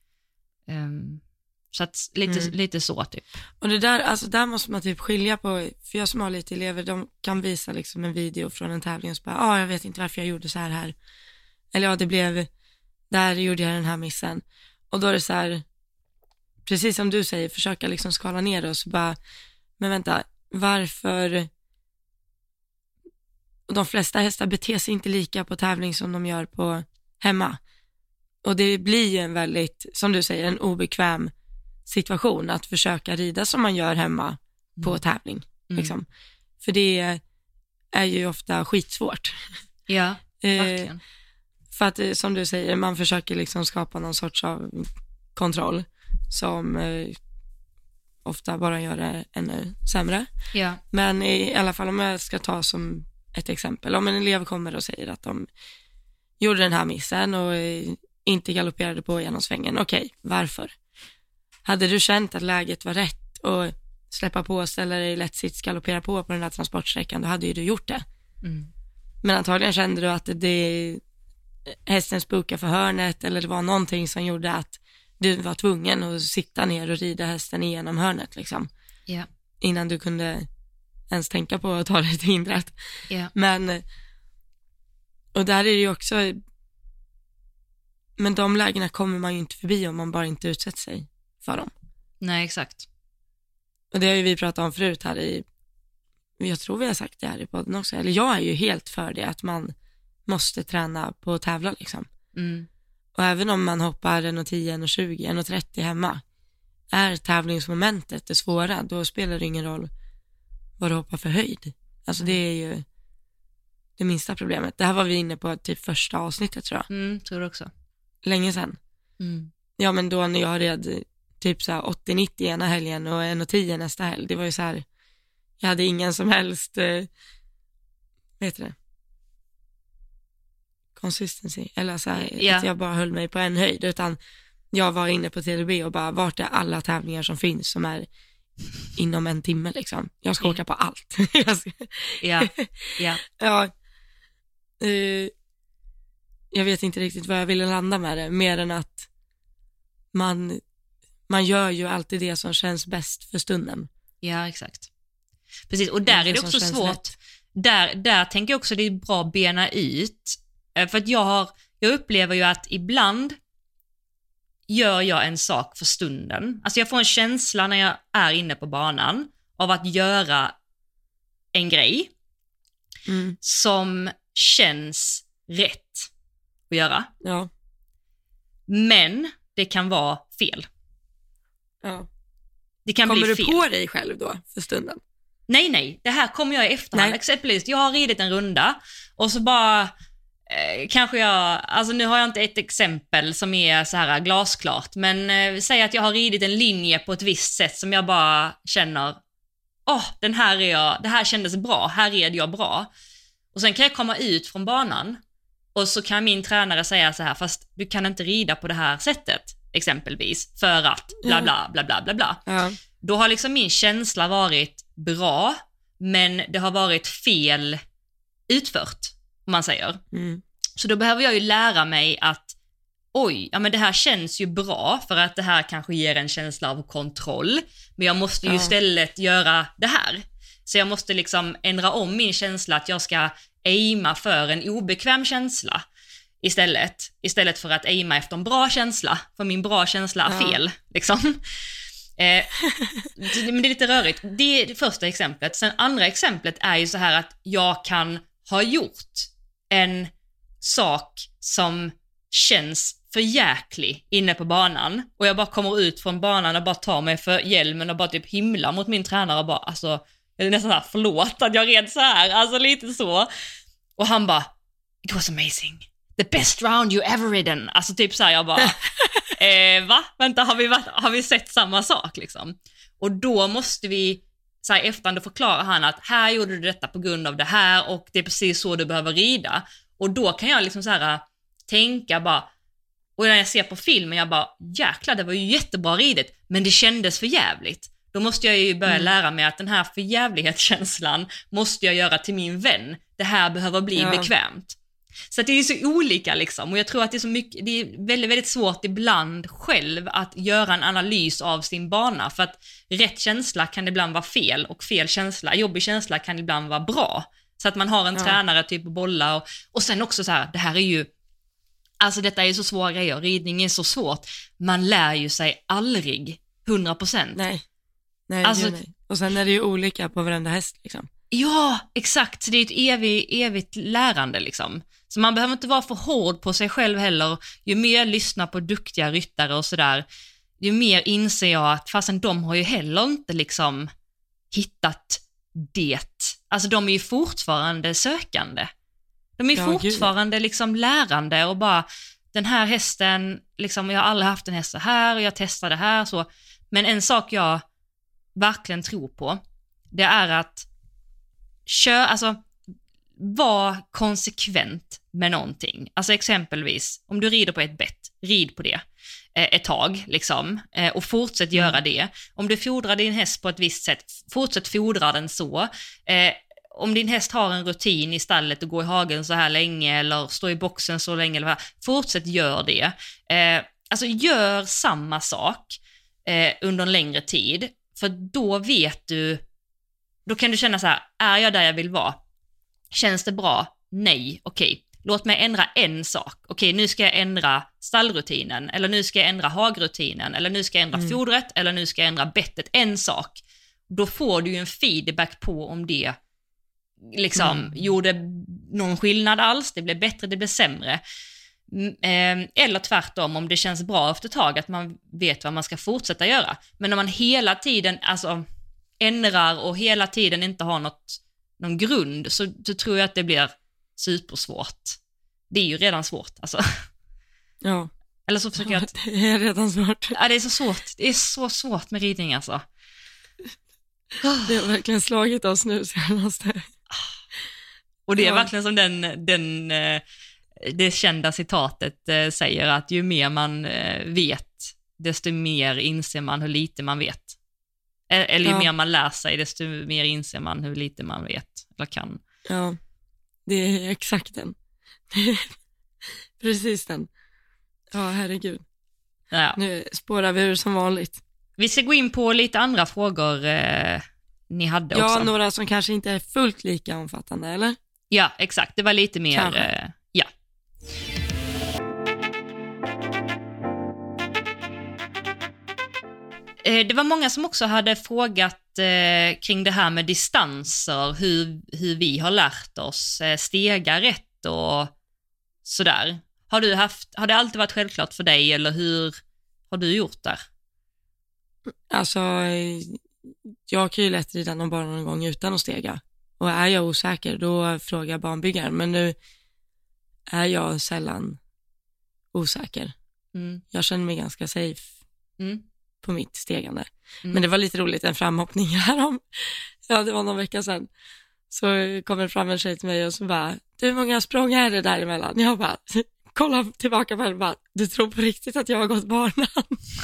Um, så att lite, mm. lite så typ. Och det där, alltså där måste man typ skilja på, för jag som har lite elever, de kan visa liksom en video från en tävling och så bara, ja ah, jag vet inte varför jag gjorde så här här. Eller ja, det blev, där gjorde jag den här missen. Och då är det så här, precis som du säger, försöka liksom skala ner det och så bara, men vänta, varför och de flesta hästar beter sig inte lika på tävling som de gör på hemma. Och det blir ju en väldigt, som du säger, en obekväm situation att försöka rida som man gör hemma på Mm. tävling. Mm. Liksom. För det är ju ofta skitsvårt. Ja, Eh, verkligen. för att eh, som du säger, man försöker liksom skapa någon sorts av kontroll som eh, ofta bara gör det ännu sämre. Ja. Men i alla fall om jag ska ta som ett exempel, om en elev kommer och säger att de gjorde den här missen och eh, inte galopperade på genom svängen, okej, varför? Hade du känt att läget var rätt och släppa på, ställa dig i lätt sits, galoppera på på den här transportsträckan, då hade ju du gjort det. Mm. Men antagligen kände du att det, det hästen spukade för hörnet eller det var någonting som gjorde att du var tvungen att sitta ner och rida hästen igenom hörnet liksom. Ja. Innan du kunde ens tänka på att ta dig till hindret. Ja. Men, och där är det ju också, men de lägena kommer man ju inte förbi om man bara inte utsätter sig för dem. Nej, exakt. Och det har ju vi pratat om förut här i, jag tror vi har sagt det här i podden också, eller jag är ju helt för det att man måste träna på att tävla liksom. Mm. Och även om man hoppar en tio, en tjugo, en trettio hemma, är tävlingsmomentet det svåra, då spelar det ingen roll vad du hoppar för höjd. Alltså det är ju det minsta problemet. Det här var vi inne på typ första avsnittet tror jag. Mm, tror du också. Länge sedan. Mm. Ja men då när jag red typ så här åttio nittio ena helgen och en tio nästa helg, det var ju så här, jag hade ingen som helst eh, vad heter det? Consistency, eller så här, Ja. att jag bara höll mig på en höjd, utan jag var inne på T D B och bara, vart är alla tävlingar som finns som är inom en timme liksom. Jag ska Mm. åka på allt. Jag ska- Ja, ja. ja. Eh, jag vet inte riktigt vad jag ville landa med det, mer än att man, man gör ju alltid det som känns bäst för stunden. Ja, exakt. Precis, och där Det är det som också känns svårt. rätt. Där, där tänker jag också det är bra att bena ut. Eh, För att jag har, jag upplever ju att ibland gör jag en sak för stunden. Alltså jag får en känsla när jag är inne på banan av att göra en grej Mm. som känns rätt att göra. Ja. Men det kan vara fel. ja. Det kan Kommer bli du fel. på dig själv då för stunden? Nej, nej. Det här kommer jag i efterhand. Nej. Exempelvis, jag har ridit en runda och så bara eh, kanske jag, alltså nu har jag inte ett exempel som är så här glasklart, men eh, säg att jag har ridit en linje på ett visst sätt som jag bara känner, åh, oh, den här är jag, det här kändes bra, här red jag bra. Och sen kan jag komma ut från banan och så kan min tränare säga så här, fast du kan inte rida på det här sättet, exempelvis, för att bla bla bla bla bla bla. Ja. Då har liksom min känsla varit bra, men det har varit fel utfört, om man säger. Mm. Så då behöver jag ju lära mig att oj, ja men det här känns ju bra för att det här kanske ger en känsla av kontroll, men jag måste ju Ja. istället göra det här. Så jag måste liksom ändra om min känsla att jag ska aima för en obekväm känsla istället, istället för att aima efter en bra känsla, för min bra känsla är Ja. fel, liksom. Eh, det- men det är lite rörigt. Det är det första exemplet. Sen andra exemplet är ju så här att jag kan ha gjort en sak som känns för jäklig inne på banan och jag bara kommer ut från banan och bara tar mig för hjälmen och bara typ himlar mot min tränare och bara, alltså, jag är nästan så här, förlåt att jag red så här, alltså lite så. Och han bara, it was amazing. The best round you ever ridden. Alltså typ så här, jag bara, eh, va? Vänta, har vi, varit, har vi sett samma sak liksom? Och då måste vi, så här, efterhand förklara han att här gjorde du detta på grund av det här och det är precis så du behöver rida. Och då kan jag liksom så här tänka bara, och när jag ser på filmen jag bara, jäklar det var ju jättebra ridet, men det kändes för jävligt. Då måste jag ju börja Mm. lära mig att den här förjävlighetskänslan måste jag göra till min vän. Det här behöver bli Ja. bekvämt. Så att det är så olika liksom, och jag tror att det är så mycket, det är väldigt, väldigt svårt ibland själv att göra en analys av sin bana, för att rätt känsla kan ibland vara fel och fel känsla, jobbig känsla kan ibland vara bra. Så att man har en Ja. tränare typ att bolla och, och sen också så här, det här är ju, alltså detta är så svåra grejer, ridning är så svårt, man lär ju sig aldrig hundra procent. Nej. Nej, Alltså- alltså, nej. Och sen är det ju olika på varenda häst liksom. Ja, exakt. Det är ett evigt, evigt lärande liksom. Så man behöver inte vara för hård på sig själv heller. Ju mer jag lyssnar på duktiga ryttare och sådär, ju mer inser jag att fastän de har ju heller inte liksom hittat det. Alltså de är ju fortfarande sökande. De är Ja, fortfarande gud. liksom lärande och bara, den här hästen, liksom, jag har aldrig haft en häst så här och jag testade här så. Men en sak jag verkligen tror på, det är att kör, alltså var konsekvent med någonting. Alltså exempelvis, om du rider på ett bett, rid på det eh, ett tag liksom, eh, och fortsätt mm. göra det. Om du fodrar din häst på ett visst sätt, fortsätt fodra den så. Eh, om din häst har en rutin i stallet och går i hagen så här länge eller står i boxen så länge, eller fortsätt gör det. Eh, alltså gör samma sak eh, under en längre tid, för då vet du, då kan du känna så här, är jag där jag vill vara? Känns det bra? Nej, okej. Okay. Låt mig ändra en sak. Okej, okay, nu ska jag ändra stallrutinen, eller nu ska jag ändra hagrutinen, eller nu ska jag ändra mm. fodret, eller nu ska jag ändra bettet. En sak. Då får du ju en feedback på om det liksom mm. gjorde någon skillnad alls, det blev bättre, det blev sämre. Eller tvärtom, om det känns bra efter ett tag, att man vet vad man ska fortsätta göra. Men om man hela tiden alltså ändrar och hela tiden inte har något, någon grund, så, så tror jag att det blir supersvårt. Det är ju redan svårt alltså. Ja. Eller så försöker ja, jag att... det är redan svårt. Ja, det är så svårt. Det är så svårt med ridning alltså. Det har verkligen slagit oss nu senaste. Och det är ja. verkligen som den, den, det kända citatet säger, att ju mer man vet, desto mer inser man hur lite man vet. Eller ju ja. mer man lär sig, desto mer inser man hur lite man vet eller kan. Ja, det är exakt den. Precis den. Ja, herregud. Ja. Nu spårar vi ur som vanligt. Vi ska gå in på lite andra frågor eh, ni hade ja, också. Ja, några som kanske inte är fullt lika omfattande, eller? Ja, exakt. Det var lite mer... Eh, ja. Eh, det var många som också hade frågat eh, kring det här med distanser, hur, hur vi har lärt oss eh, stega rätt och sådär. Har du haft, har det alltid varit självklart för dig, eller hur har du gjort där? Alltså, jag kan ju lätt rida någon bara någon gång utan att stega. Och är jag osäker, då frågar jag banbyggaren. Men nu är jag sällan osäker. Mm. Jag känner mig ganska safe mm. på mitt stegande. Mm. Men det var lite roligt, en framhoppning här om, ja det var någon vecka sedan. Så kommer det fram en tjej till mig och så bara, du, hur många språng är det däremellan? Jag bara, kolla tillbaka på henne och bara, du tror på riktigt att jag har gått banan?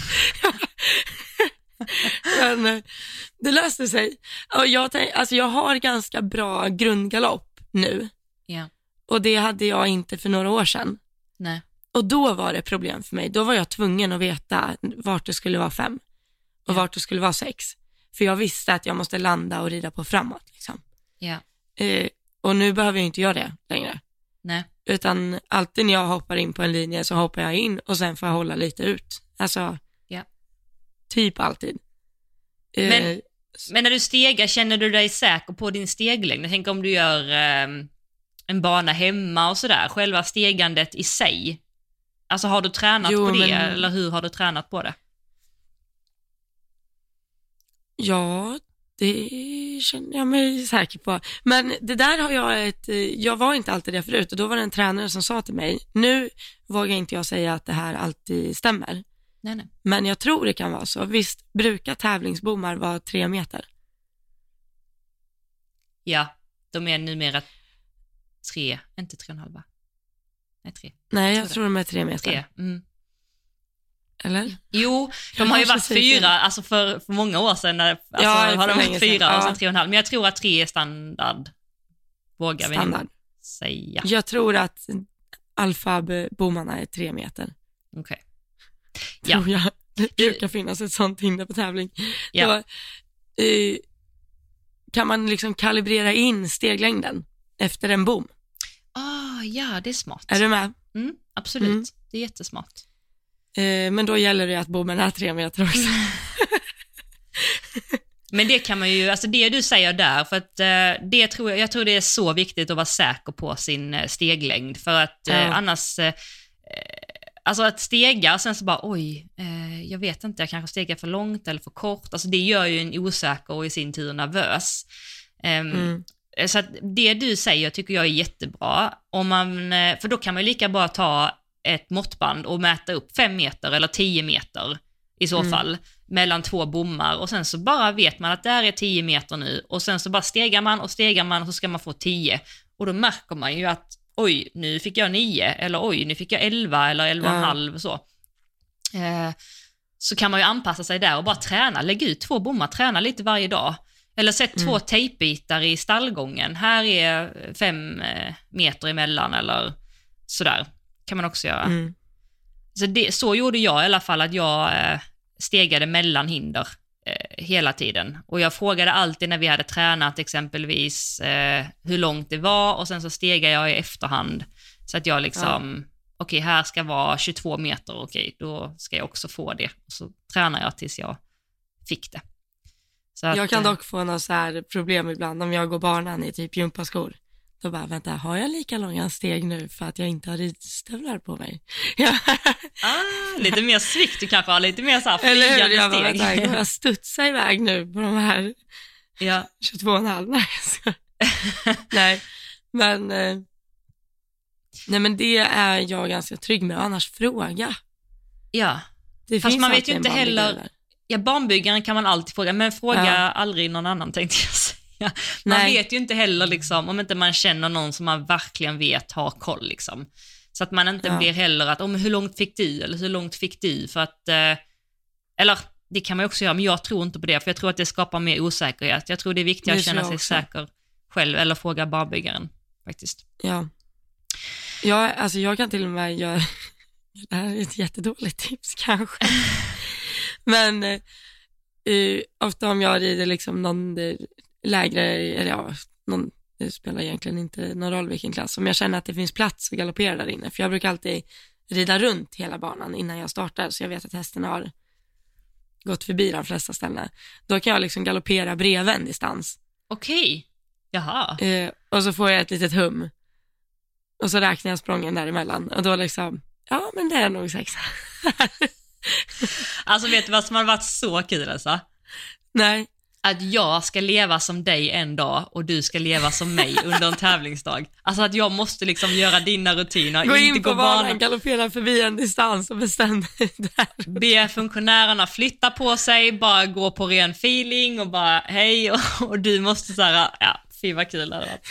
Men det löste sig. Och jag, tänk, alltså jag har ganska bra grundgalopp nu. Yeah. Och det hade jag inte för några år sedan. Nej. Och då var det problem för mig. Då var jag tvungen att veta vart det skulle vara fem. Och yeah. vart det skulle vara sex. För jag visste att jag måste landa och rida på framåt. Liksom. Yeah. Eh, och nu behöver jag inte göra det längre. Nej. Utan alltid när jag hoppar in på en linje så hoppar jag in och sen får jag hålla lite ut. Alltså... Typ alltid. Men, eh, men när du stegar, känner du dig säker på din steglängd? Jag tänker om du gör eh, en bana hemma och sådär. Själva stegandet i sig. Alltså har du tränat jo, på det? Men, eller hur har du tränat på det? Ja, det känner jag mig säker på. Men det där har jag ett... Jag var inte alltid det förut. Och då var det en tränare som sa till mig, nu vågar inte jag säga att det här alltid stämmer. Nej, nej. Men jag tror det kan vara så. Visst brukar tävlingsbommar vara tre meter? Ja, de är numera tre, inte tre och en halva. Nej, tre. Nej, jag, jag tror, tror tror de är tre meter. Tre, mm. Eller? Jo, de jag har ju varit fyra, alltså för, för många år sedan. När, alltså, ja, har de varit fyra sedan. och sen ja. tre och en halv. Men jag tror att tre är standard. Vågar standard. vi säga. Jag tror att alfabommarna är tre meter. Okej. Okay. Tror ja. jag. Det brukar finnas ett sånt hinder på tävling. Ja. Då, eh, kan man liksom kalibrera in steglängden efter en bom? Ah, ja, det är smart. Är du med? Mm, absolut, mm. Det är jättesmart. Eh, men då gäller det att bommen är tre meter också. Men det kan man ju, alltså det du säger där, för att eh, det tror jag, jag tror det är så viktigt att vara säker på sin eh, steglängd, för att eh, ja. annars, eh, alltså att stega, sen så bara oj, eh, jag vet inte, jag kanske stegar för långt eller för kort, alltså det gör ju en osäker och i sin tur nervös. Um, mm. Så att det du säger tycker jag är jättebra, om man, för då kan man lika bra ta ett måttband och mäta upp fem meter eller tio meter i så mm. fall, mellan två bommar, och sen så bara vet man att det här är tio meter nu, och sen så bara stegar man och stegar man och så ska man få tio, och då märker man ju att oj, nu fick jag nio, eller oj, nu fick jag elva eller elva och en halv, så. Eh, så kan man ju anpassa sig där och bara träna, lägg ut två bommar, träna lite varje dag. Eller sätt mm. två tejpbitar i stallgången, här är fem eh, meter emellan, eller sådär, kan man också göra. Mm. Så, det, så gjorde jag i alla fall, att jag eh, stegade mellan hinder eh, hela tiden. Och jag frågade alltid när vi hade tränat exempelvis eh, hur långt det var, och sen så stegade jag i efterhand. Så att jag liksom, ja. okej, okay, här ska vara tjugotvå meter, okej, okay, då ska jag också få det. Och så tränar jag tills jag fick det. Så att, jag kan dock få något så här problem ibland om jag går banan i typ gympaskor. Då bara, vänta, har jag lika långa steg nu för att jag inte har ridstövlar på mig? ah, lite mer svikt, du kanske har lite mer så här flygande steg. Jag bara, vänta, jag bara studsa iväg nu på de här ja. tjugotvå och en halv. Nej, nej, men eh, nej, men det är jag ganska trygg med, annars fråga. Ja, det fast finns man vet ju inte heller, ja, banbyggaren kan man alltid fråga, men fråga ja. aldrig någon annan, tänkte jag säga. Man Nej. vet ju inte heller liksom, om inte man känner någon som man verkligen vet har koll liksom. Så att man inte ja. blir heller att, oh, hur långt fick du eller hur långt fick du, för att eh, eller det kan man också göra, men jag tror inte på det, för jag tror att det skapar mer osäkerhet. Jag tror det är viktigt att känna sig också säker själv, eller fråga banbyggaren faktiskt. Ja. Ja, alltså jag kan till och med göra det här är ett jättedåligt tips kanske. Men eh, ofta om jag rider liksom någon lägre, eller ja, någon, det spelar egentligen inte någon roll vilken klass, om jag känner att det finns plats att galoppera där inne, för jag brukar alltid rida runt hela banan innan jag startar, så jag vet att hästen har gått förbi de flesta ställena. Då kan jag liksom galoppera bredvid en distans. Okej, jaha. Eh, och så får jag ett litet hum. Och så räknar jag sprången däremellan. Och då liksom, ja men det är nog sex. Alltså vet du vad som har varit så kul alltså? Nej. Att jag ska leva som dig en dag och du ska leva som mig under en tävlingsdag. Alltså att jag måste liksom göra dina rutiner. Gå inte in på banan, galoppera förbi en distans och bestämma där. Be funktionärerna flytta på sig, bara gå på ren feeling och bara hej. Och, och du måste så här, ja, fy vad kul det hade varit.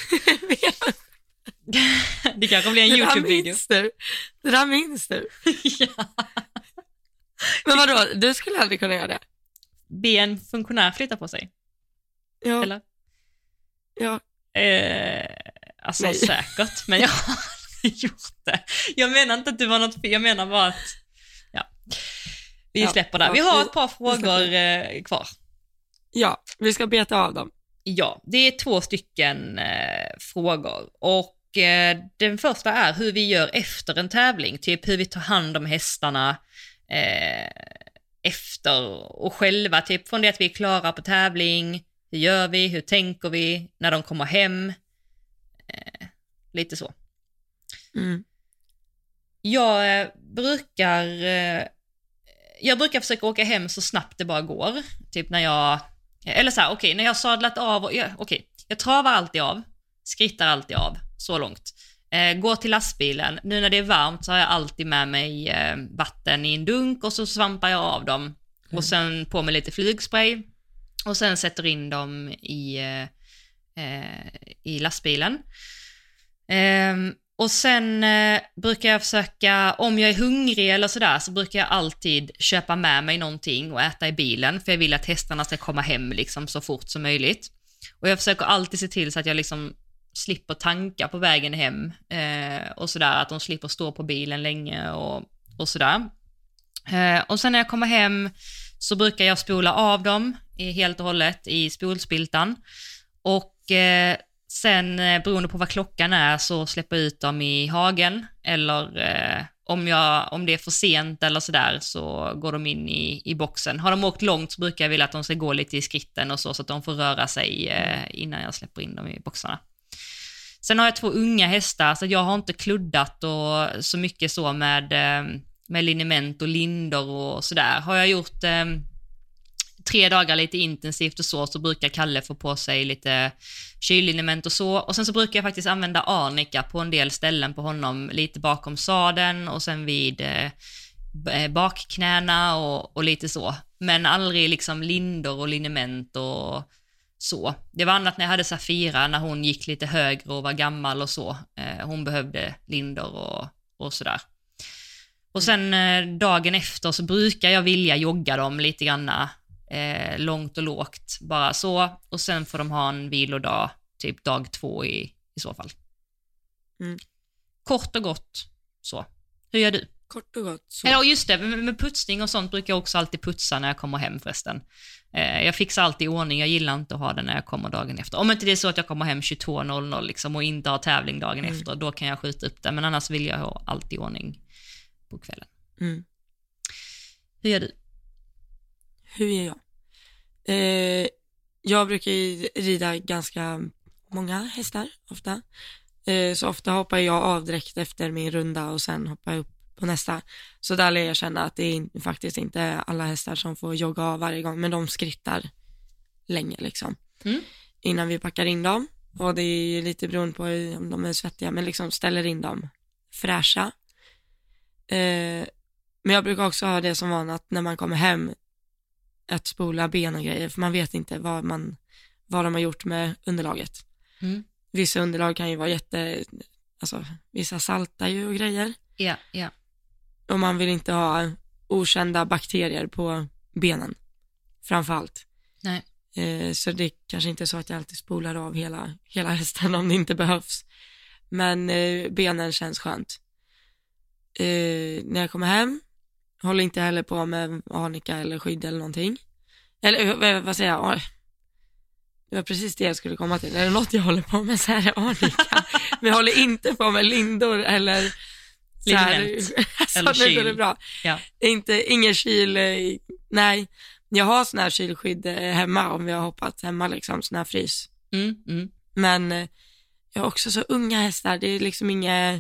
Det kanske blir en det YouTube-video. Du. Det där minns du. Ja. Men vadå, du skulle aldrig kunna göra det? Be en funktionär flytta på sig. Ja. Eller? Ja. Eh, alltså Nej. säkert, men jag har aldrig gjort det. Jag menar inte att det var något, jag menar bara att ja, vi ja, släpper där. Vi har ett par frågor eh, kvar. Ja, vi ska beta av dem. Ja, det är två stycken eh, frågor. Och eh, den första är hur vi gör efter en tävling. Typ hur vi tar hand om hästarna eh, efter och själva. Typ från det att vi är klara på tävling. Hur gör vi? Hur tänker vi? När de kommer hem? Eh, lite så. Mm. Jag eh, brukar... Eh, jag brukar försöka åka hem så snabbt det bara går. Typ när jag... Eller så här, okej, okay, när jag har sadlat av, och, ja, okej, okay, jag travar alltid av, skrittar alltid av, så långt. Eh, går till lastbilen, nu när det är varmt så har jag alltid med mig eh, vatten i en dunk och så svampar jag av dem. Mm. Och sen på med lite flygspray och sen sätter in dem i, eh, i lastbilen. Eh, och sen eh, brukar jag försöka, om jag är hungrig eller sådär, så brukar jag alltid köpa med mig någonting och äta i bilen, för jag vill att hästarna ska komma hem liksom så fort som möjligt. Och jag försöker alltid se till så att jag liksom slipper tanka på vägen hem eh, och sådär, att de slipper stå på bilen länge och, och sådär. Eh, och sen när jag kommer hem så brukar jag spola av dem i, helt och hållet i spolspiltan. Och eh, sen, beroende på vad klockan är, så släpper jag ut dem i hagen eller eh, om, jag, om det är för sent eller sådär så går de in i, i boxen. Har de åkt långt så brukar jag vilja att de ska gå lite i skritten och så, så att de får röra sig eh, innan jag släpper in dem i boxarna. Sen har jag två unga hästar, så jag har inte kluddat och så mycket så med, med liniment och lindor och sådär. Har jag gjort eh, tre dagar lite intensivt och så, så brukar Kalle få på sig lite kylliniment och så. Och sen så brukar jag faktiskt använda arnika på en del ställen på honom, lite bakom sadeln och sen vid eh, bakknäna och, och lite så. Men aldrig liksom lindor och liniment och så. Det var annat när jag hade Safira, när hon gick lite högre och var gammal och så. Eh, hon behövde lindor och, och sådär. Och sen eh, dagen efter så brukar jag vilja jogga dem lite grann eh, långt och lågt. Bara så. Och sen får de ha en vilodag, typ dag två i, i så fall. Mm. Kort och gott så. Hur gör du? Kort och gott så. Ja, just det. Med putsning och sånt brukar jag också alltid putsa när jag kommer hem förresten. Jag fixar alltid i ordning, jag gillar inte att ha det när jag kommer dagen efter. Om inte det är så att jag kommer hem tjugotvå noll noll liksom och inte har tävling dagen mm. efter, då kan jag skjuta upp det. Men annars vill jag ha alltid i ordning på kvällen. Mm. Hur gör du? Hur gör jag? Eh, jag brukar ju rida ganska många hästar ofta. Eh, så ofta hoppar jag av direkt efter min runda och sen hoppar jag upp på nästa. Så där lär jag känna att det är faktiskt inte alla hästar som får jogga av varje gång, men de skrittar länge liksom. Mm. Innan vi packar in dem. Och det är lite beroende på om de är svettiga, men liksom ställer in dem fräscha. Eh, men jag brukar också ha det som van att när man kommer hem att spola ben och grejer, för man vet inte vad, man, vad de har gjort med underlaget. Mm. Vissa underlag kan ju vara jätte, alltså vissa saltar ju och grejer. Ja, yeah, ja. Yeah. Och man vill inte ha okända bakterier på benen, framförallt. Nej. Eh, så det är kanske inte är så att jag alltid spolar av hela, hela hästen om det inte behövs. Men eh, benen känns skönt. Eh, när jag kommer hem, håller inte heller på med arnika eller skydd eller någonting. Eller eh, vad säger jag? Det var precis det jag skulle komma till. Är det något jag håller på med så är det arnika. Men jag håller inte på med lindor eller så här, alltså, eller kyl. Går det bra. Ja. Inte, ingen kyl, nej. Jag har sån här kylskydd hemma om vi har hoppat hemma liksom, sån här frys. Mm, mm. Men jag har också så unga hästar, det är liksom inga,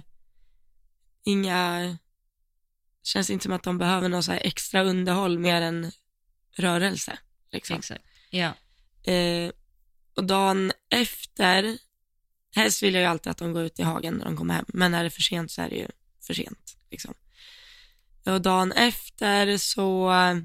inga, känns inte som att de behöver någon så här extra underhåll mer än rörelse. Liksom. Exakt, ja. Eh, och dagen efter, helst vill jag ju alltid att de går ut i hagen när de kommer hem, men när det är för sent så är det ju för sent liksom. Och dagen efter så äh,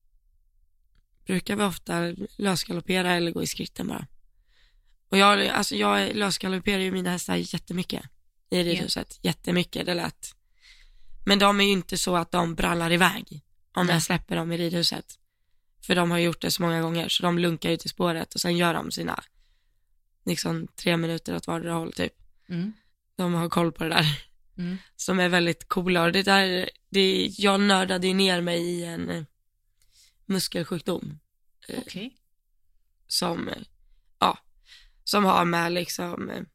brukar vi ofta lösgaloppera eller gå i skritten bara. Och jag, alltså jag lösgalopperar ju mina hästar jättemycket i ridhuset, yeah. jättemycket, det lät. Men de är ju inte så att de brallar iväg om mm. jag släpper dem i ridhuset. För de har gjort det så många gånger, så de lunkar ut i spåret och sen gör de sina liksom tre minuter åt vardera håll typ. Mm. De har koll på det där. Mm. Som är väldigt coola. Och det där, det, jag nördade ju ner mig i en eh, muskelsjukdom. Eh, okay. Som, eh, ja, som har med liksom eh,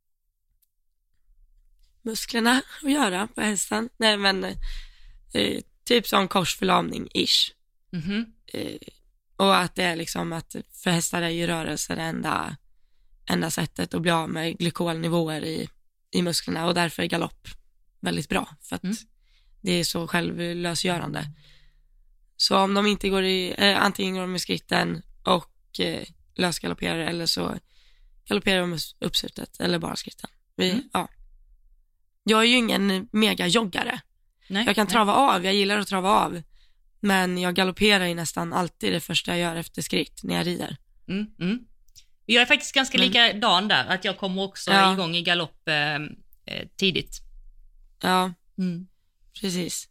musklerna att göra på hästen. Nej men, eh, typ som korsförlamning-ish. Mm-hmm. Eh, och att det är liksom att för hästar är ju rörelse det enda, enda sättet att bli av med glykolnivåer i, i musklerna, och därför är galopp väldigt bra för att mm. det är så självlösgörande. Så om de inte går i, eh, antingen går de med skritten och eh, lösgalopperar, eller så galopperar de med uppsutet eller bara skritten. Vi, mm. ja. Jag är ju ingen mega joggare. Nej, jag kan nej. trava av, jag gillar att trava av. Men jag galopperar ju nästan alltid det första jag gör efter skritt när jag rider. Mm, mm. Jag är faktiskt ganska mm. likadan där, att jag kommer också ja. igång i galopp eh, tidigt. Ja, mm. precis.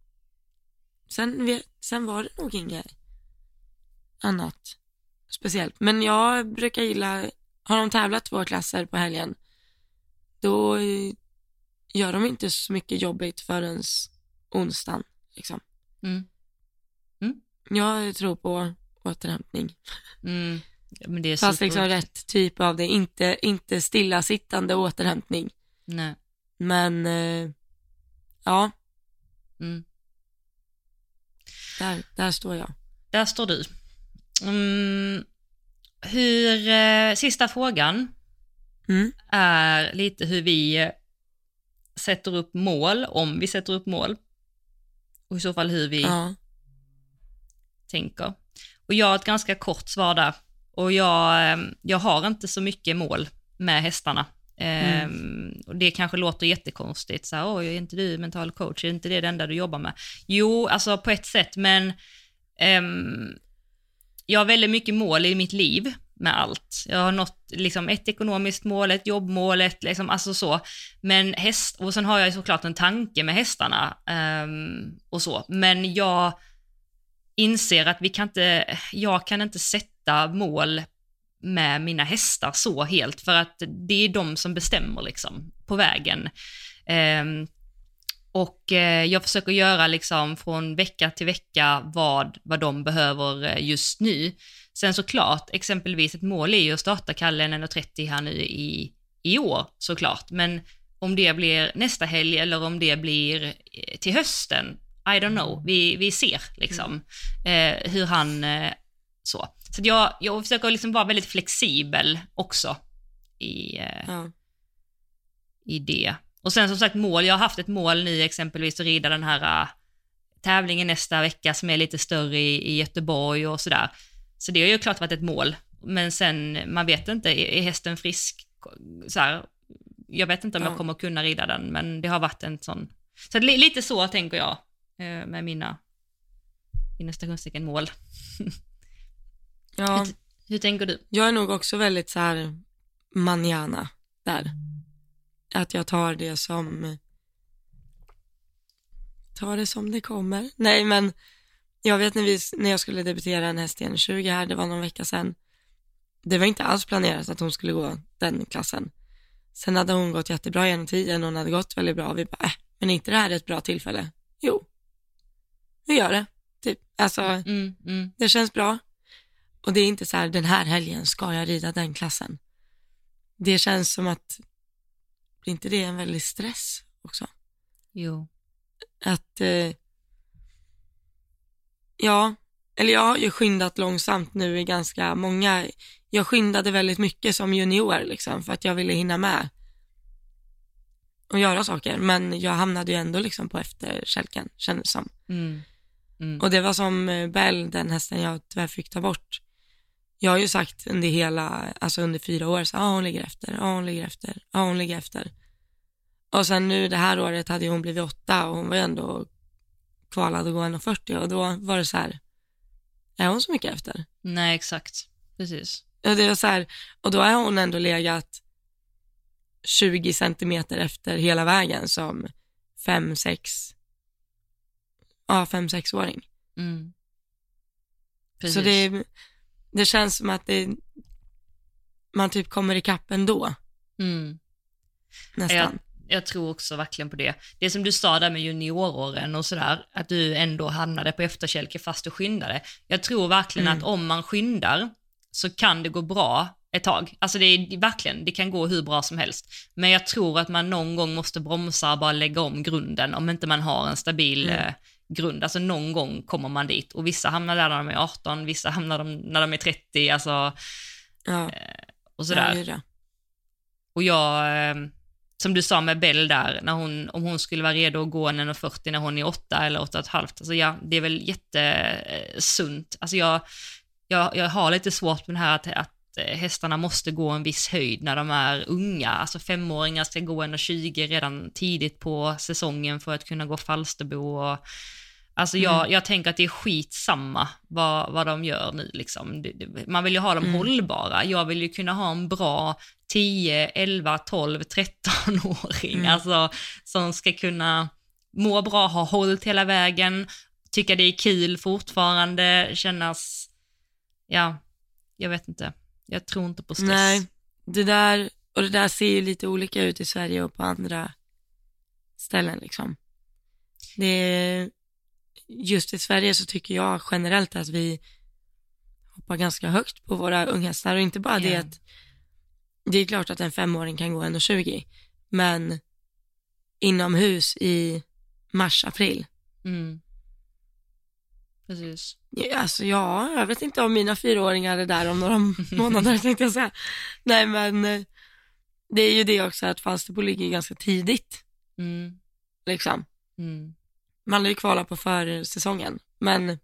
Sen, sen var det nog inget annat speciellt. Men jag brukar gilla, har de tävlat två klasser på helgen, då gör de inte så mycket jobbigt förrän onsdagen liksom. Mm. Mm. Jag tror på återhämtning. Mm. Ja, men det är fast liksom rätt typ av det, inte, inte stillasittande återhämtning. Nej. Men eh, ja, Mm. Där, där står jag. Där står du. Mm. Hur, eh, sista frågan Mm. är lite hur vi sätter upp mål, om vi sätter upp mål. Och i så fall hur vi Ja. tänker. Och jag har ett ganska kort svar där. Och jag, eh, jag har inte så mycket mål med hästarna. Mm. Um, och det kanske låter jättekonstigt. Så här, oj, är inte du mental coach? Är inte det det enda du jobbar med? Jo, alltså på ett sätt, men um, jag har väldigt mycket mål i mitt liv med allt. Jag har nått liksom ett ekonomiskt mål, ett jobbmål, ett, liksom, alltså så. Men häst, och sen har jag såklart en tanke med hästarna um, och så. Men jag inser att vi kan inte, jag kan inte sätta mål med mina hästar så helt, för att det är de som bestämmer liksom på vägen. Um, och uh, jag försöker göra liksom från vecka till vecka vad, vad de behöver just nu. Sen såklart, exempelvis ett mål är ju att starta Kalle en trettio här nu i, i år såklart, men om det blir nästa helg eller om det blir till hösten, I don't know, vi, vi ser liksom eh, hur han eh, så. Så jag, jag försöker liksom vara väldigt flexibel också i, eh, Ja. i det. Och sen som sagt mål, jag har haft ett mål nu exempelvis att rida den här uh, tävlingen nästa vecka som är lite större i, i Göteborg och sådär. Så det har ju klart varit ett mål. Men sen, man vet inte, är, är hästen frisk? Så här, jag vet inte om Ja. jag kommer kunna rida den, men det har varit en sån. Så det, lite så tänker jag eh, med mina inom stationstecken mål. Ja. hur, hur tänker du? Jag är nog också väldigt så här manjana där. Att jag tar det som tar det som det kommer. Nej, men jag vet när, vi, när jag skulle debutera en häst i en tjugo här, det var någon vecka sedan. Det var inte alls planerat att hon skulle gå den klassen. Sen hade hon gått jättebra genom tiden, hon hade gått väldigt bra. Vi bara, äh, men inte det här är ett bra tillfälle? Jo, vi gör det. Typ. Alltså, Mm, mm. det känns bra. Och det är inte så här, den här helgen ska jag rida den klassen. Det känns som att, blir inte det en väldigt stress också? Jo. Att, eh, ja, eller jag har ju skyndat långsamt nu i ganska många, jag skyndade väldigt mycket som junior liksom, för att jag ville hinna med och göra saker, men jag hamnade ju ändå liksom på efterkälken, kändes som. Mm. Mm. Och det var som eh, Bell, den hästen jag tyvärr fick ta bort. Jag har ju sagt under hela, alltså under fyra år, så ja ah, hon ligger efter, ja ah, hon ligger efter, ja ah, hon ligger efter. Och sen nu det här året hade hon blivit åtta och hon var ju ändå kvalad att gå en fyrtio och då var det så här, är hon så mycket efter? Nej, exakt. Precis. Och det var så här, och då har hon ändå legat tjugo centimeter efter hela vägen som fem, sex, ja fem, sexåring. Mm. Precis. Så det, det känns som att det, man typ kommer i kappen då. Mm. Nästan. Jag, jag tror också verkligen på det. Det som du sa där med junioråren och sådär, att du ändå hamnade på efterkälke fast du skyndade. Jag tror verkligen Mm. att om man skyndar så kan det gå bra ett tag. Alltså det är verkligen, det kan gå hur bra som helst. Men jag tror att man någon gång måste bromsa och bara lägga om grunden om inte man har en stabil Mm. eh, grund. Alltså någon gång kommer man dit. Och vissa hamnar där när de är arton, vissa hamnar de när de är trettio, alltså Ja, och sådär. det är det. Och jag, eh, som du sa med Bell där, när hon, om hon skulle vara redo att gå en en fyrtio när hon är åtta eller åtta och ett halvt, alltså ja, det är väl jättesunt. Alltså jag, jag, jag har lite svårt med det här att, att hästarna måste gå en viss höjd när de är unga. Alltså femåringar ska gå en tjugo redan tidigt på säsongen för att kunna gå Falsterbo. Och, alltså jag, Mm. jag tänker att det är skitsamma vad, vad de gör nu. Liksom. Det, det, man vill ju ha dem Mm. hållbara. Jag vill ju kunna ha en bra tio, elva, tolv, tretton-åring. Mm. Alltså, som ska kunna må bra, ha hållit hela vägen, tycka det är kul fortfarande, kännas, ja, jag vet inte. Jag tror inte på stress. Nej, det där, och det där ser ju lite olika ut i Sverige och på andra ställen liksom. Det är, just i Sverige så tycker jag generellt att vi hoppar ganska högt på våra unghästar, och inte bara det Ja. att det är klart att en femåring kan gå en tjugo, men inomhus i mars, april, Mm. Precis. Ja, alltså ja, jag vet inte om mina fyraåringar är där om några månader tänkte jag säga. Nej men eh, det är ju det också att Falsterbo ligger ganska tidigt. Mm. Liksom. Mm. Man är ju kvala på försäsongen. Men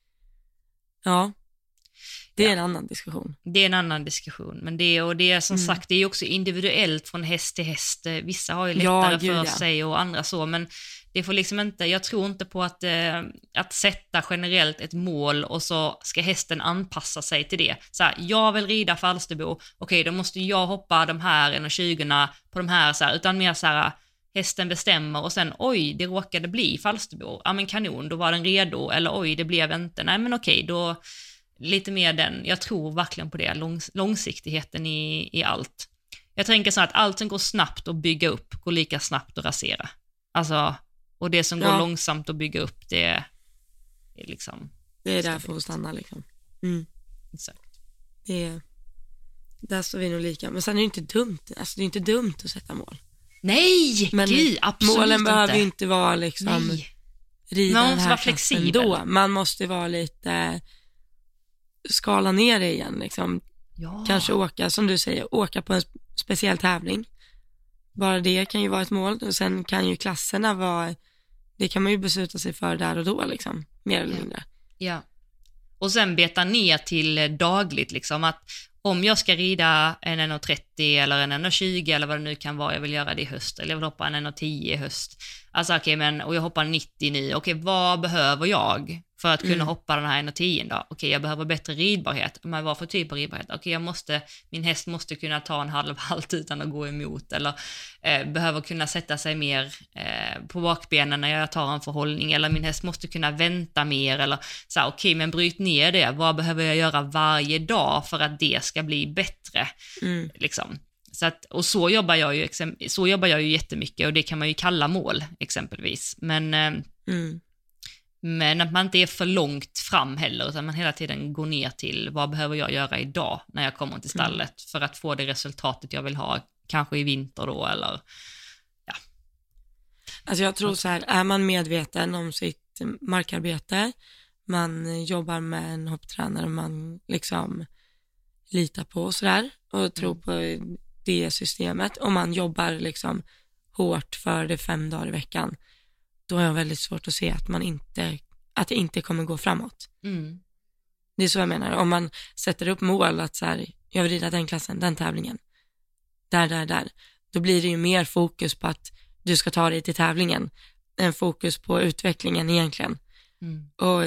ja, det är Ja. en annan diskussion. Det är en annan diskussion, men det, och det är som Mm. sagt, det är ju också individuellt från häst till häst. Vissa har ju Ja, lättare gud, för ja. sig och andra så, men det får liksom inte, jag tror inte på att, eh, att sätta generellt ett mål och så ska hästen anpassa sig till det. Så här, jag vill rida Falsterbo, okej då måste jag hoppa de här en tjugo på de här, så här, utan mer så här, hästen bestämmer och sen oj, det råkade bli Falsterbo, ja men kanon, då var den redo, eller oj, det blev inte, nej men okej, då lite mer den, jag tror verkligen på det, långs, långsiktigheten i, i allt. Jag tänker så att allt som går snabbt att bygga upp går lika snabbt att rasera. Alltså, och det som Ja. går långsamt att bygga upp, det är, är liksom... Det är där för att stanna liksom. Mm. Exakt. Det är, där står vi nog lika. Men sen är det inte dumt, alltså det är inte dumt att sätta mål. Nej, Men gud, absolut målen inte. behöver ju inte vara liksom Nej. rida Man den måste här vara klassen flexibel. då. Man måste vara lite skala ner det igen liksom. Ja. Kanske åka, som du säger, åka på en sp- speciell tävling. Bara det kan ju vara ett mål. Och sen kan ju klasserna vara, det kan man ju besluta sig för där och då liksom, mer eller Ja. mindre. Ja. Och sen beta ner till dagligt liksom, att om jag ska rida en en trettio eller en en tjugo eller vad det nu kan vara, jag vill göra det i höst, eller jag vill hoppa en en tio i höst. Alltså okej, men, och jag hoppar nittio nu, okej, vad behöver jag för att kunna Mm. hoppa den här en tio då? Okej, jag behöver bättre ridbarhet, men vad för typ av ridbarhet? Okej, jag måste, min häst måste kunna ta en halv halt utan att gå emot, eller eh, behöver kunna sätta sig mer eh, på bakbenen när jag tar en förhållning, eller min häst måste kunna vänta mer, eller så här, okej, men bryt ner det, vad behöver jag göra varje dag för att det ska bli bättre, Mm. liksom. Så att, och så jobbar jag ju exem- så jobbar jag ju jättemycket, och det kan man ju kalla mål exempelvis, men eh, Mm. men att man inte är för långt fram heller, utan man hela tiden går ner till vad behöver jag göra idag när jag kommer till stallet mm. för att få det resultatet jag vill ha, kanske i vinter då, eller ja. Alltså jag tror så här, är man medveten om sitt markarbete, man jobbar med en hopptränare man liksom litar på och sådär, och tror Mm. på det systemet, och man jobbar liksom hårt för det fem dagar i veckan, då har jag väldigt svårt att se att man inte, att det inte kommer gå framåt. Mm. Det är så jag menar, om man sätter upp mål att så här, jag vill rida den klassen, den tävlingen, där, där, där, då blir det ju mer fokus på att du ska ta dig till tävlingen än fokus på utvecklingen egentligen. Mm. Och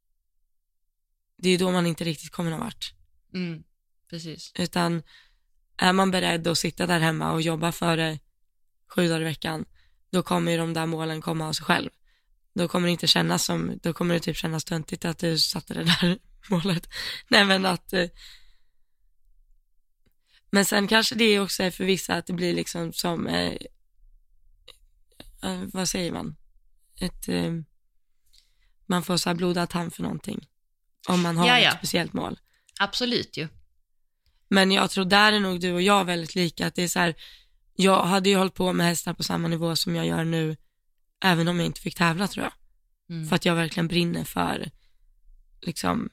det är ju då man inte riktigt kommer någon vart. Mm. Precis. Utan är man beredd att sitta där hemma och jobba för det sju dagar i veckan, då kommer ju de där målen komma av sig själv. Då kommer det inte kännas som, då kommer det typ kännas töntigt att du satte det där målet. Nej men att, men sen kanske det också är för vissa att det blir liksom som, eh, eh, vad säger man? Ett, eh, man får så här blodad tand för någonting. Om man har Jaja. ett speciellt mål. Absolut ju. Men jag tror där är nog du och jag väldigt lika, att det är så här, jag hade ju hållit på med hästar på samma nivå som jag gör nu, även om jag inte fick tävla, tror jag. Mm. För att jag verkligen brinner för liksom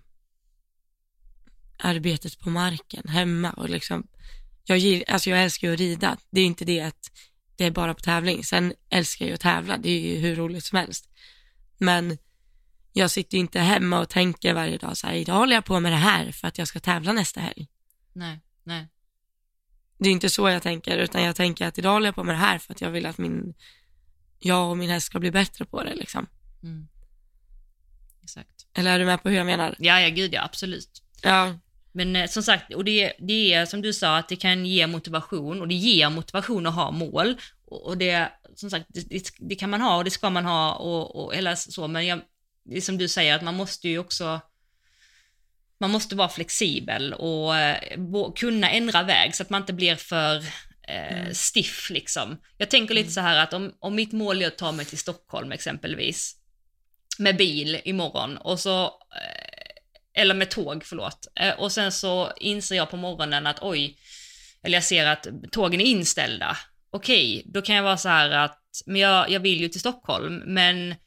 arbetet på marken, hemma, och liksom jag, gill, alltså jag älskar ju att rida. Det är inte det att det är bara på tävling. Sen älskar jag ju att tävla, det är ju hur roligt som helst. Men jag sitter ju inte hemma och tänker varje dag så här, idag håller jag på med det här för att jag ska tävla nästa helg. Nej, nej. Det är inte så jag tänker, utan jag tänker att idag håller jag på med det här för att jag vill att min, jag och min häst ska bli bättre på det liksom. Mm. Exakt. Eller är du med på hur jag menar? Ja, ja, gud ja, absolut. Ja. Men eh, som sagt, och det, det är som du sa, att det kan ge motivation, och det ger motivation att ha mål, och, och det, som sagt, det, det, det kan man ha och det ska man ha, och, och eller så, men jag, det är som du säger, att man måste ju också, man måste vara flexibel och eh, bo, kunna ändra väg så att man inte blir för eh, Mm. stiff liksom. Jag tänker lite Mm. så här att om, om mitt mål är att ta mig till Stockholm exempelvis med bil imorgon, och så eh, eller med tåg, förlåt. Eh, och sen så inser jag på morgonen att oj, eller jag ser att tågen är inställda. Okej, då kan jag vara så här att, men jag, jag vill ju till Stockholm, men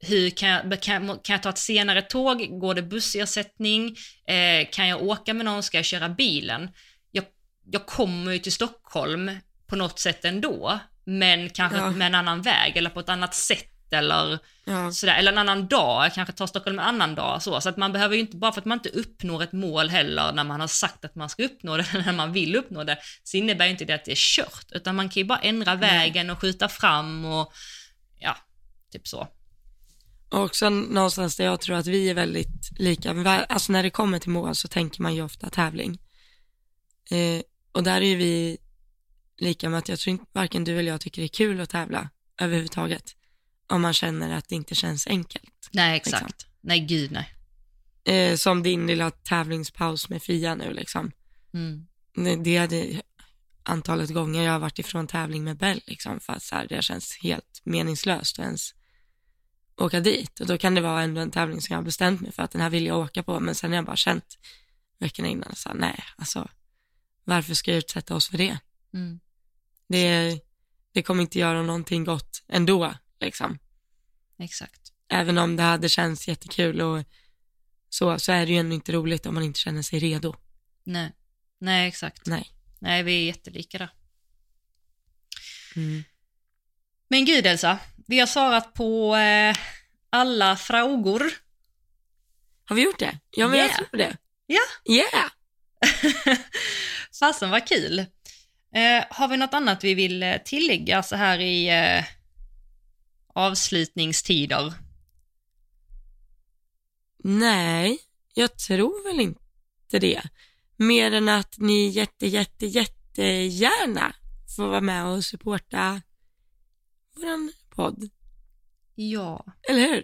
hur kan jag, kan, kan jag ta ett senare tåg? Går det bussersättning? Eh, kan jag åka med någon? Ska jag köra bilen? Jag, jag kommer ju till Stockholm på något sätt ändå, men kanske ja. med en annan väg eller på ett annat sätt eller ja. sådär, eller en annan dag. Jag kanske tar Stockholm en annan dag. Så, så att man behöver ju inte, bara för att man inte uppnår ett mål heller när man har sagt att man ska uppnå det, eller när man vill uppnå det, så innebär ju inte det att det är kört, utan man kan ju bara ändra vägen och skjuta fram och ja, typ så. Och också någonstans där jag tror att vi är väldigt lika. Alltså när det kommer till mål så tänker man ju ofta tävling. Eh, och där är ju vi lika med att jag tror inte varken du eller jag tycker det är kul att tävla överhuvudtaget. Om man känner att det inte känns enkelt. Nej, exakt. Liksom. Nej, gud nej. Eh, som din lilla tävlingspaus med Fia nu liksom. Mm. Det är det antalet gånger jag har varit ifrån tävling med Bell liksom. För att så här, det känns helt meningslöst att ens åka dit. Och då kan det vara ändå en tävling som jag har bestämt mig för att den här vill jag åka på. Men sen har jag bara känt veckorna innan så här, nej, alltså varför ska jag utsätta oss för det? Mm. Det, det kommer inte göra någonting gott ändå liksom. Exakt. Även om det hade känts jättekul och så, så är det ju ändå inte roligt om man inte känner sig redo. Nej, nej exakt. Nej. Nej, vi är jättelika där. Mm. Men gud Elsa, vi har svarat på eh, alla frågor. Har vi gjort det? Ja, men Yeah. jag tror det. Ja. Yeah! Fasen vad kul. Eh, har vi något annat vi vill tillägga så här i eh, avslutningstider? Nej, jag tror väl inte det. Mer än att ni jätte, jätte, jättegärna får vara med och supporta våran podd. Ja. Eller hur?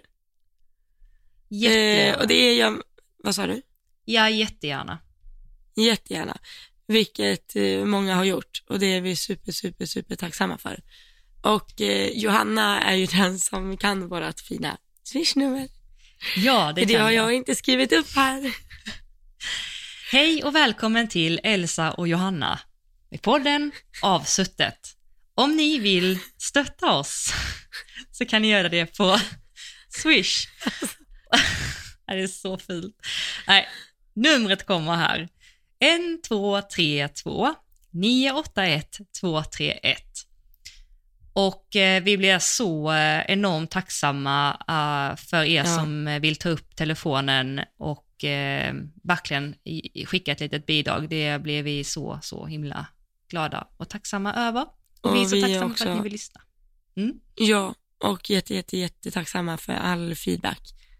Jättegärna. Eh, och det är jag, vad sa du? Ja, jättegärna. Jättegärna. Vilket eh, många har gjort. Och det är vi super, super, super tacksamma för. Och eh, Johanna är ju den som kan vårat fina swishnummer. Ja, det, det kan har jag jag. inte skrivit upp här. Hej och välkommen till Elsa och Johanna med podden Avsuttet. Om ni vill stötta oss så kan ni göra det på Swish. Det är så fult. Nej, numret kommer här. ett två tre två nio åtta ett två tre ett. Och eh, vi blir så eh, enormt tacksamma uh, för er Ja. som eh, vill ta upp telefonen och eh, verkligen i, skicka ett litet bidrag. Det blir vi så, så himla glada och tacksamma över. Och, Och vi är så vi är tacksamma också- för att ni vill lyssna. Mm. Ja, och jätte, jätte, jätte tacksamma för all feedback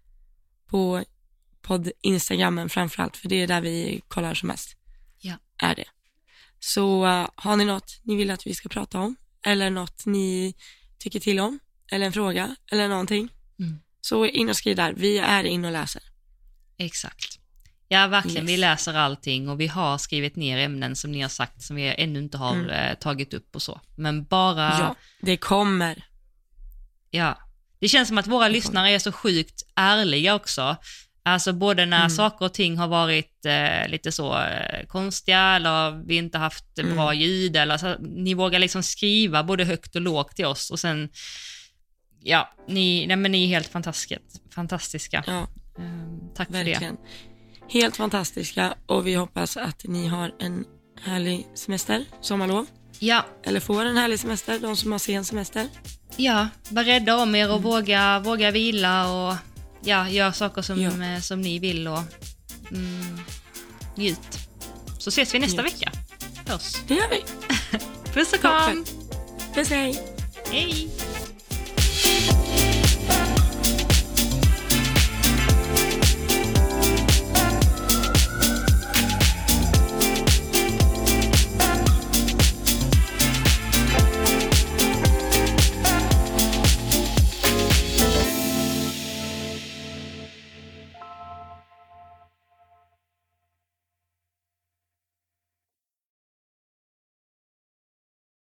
på podd Instagrammen framförallt, för det är där vi kollar som mest. Ja. Är det. Så uh, har ni något ni vill att vi ska prata om, eller något ni tycker till om, eller en fråga, eller någonting, Mm. så in och skriv där. Vi är in och läser. Exakt. Ja, verkligen. Yes. Vi läser allting och vi har skrivit ner ämnen som ni har sagt som vi ännu inte har Mm. eh, tagit upp och så. Men bara... Ja, det kommer. Ja, det känns som att våra lyssnare är så sjukt ärliga också. Alltså både när Mm. saker och ting har varit eh, lite så eh, konstiga eller vi inte haft Mm. bra ljud eller så, ni vågar liksom skriva både högt och lågt till oss och sen ja, ni, nej, men ni är helt fantastiska. fantastiska. Ja, Ehm, tack för det. verkligen. Helt fantastiska, och vi hoppas att ni har en härlig semester, sommarlov. Ja, Eller får en härlig semester, de som har sen semester. ja, var rädda om er och Mm. våga, våga vila och ja, gör saker som, Ja. eh, som ni vill och mm, njut. Så ses vi nästa Njut. vecka. Hörs. Det gör vi. Puss och kram. Puss, hej. Hej.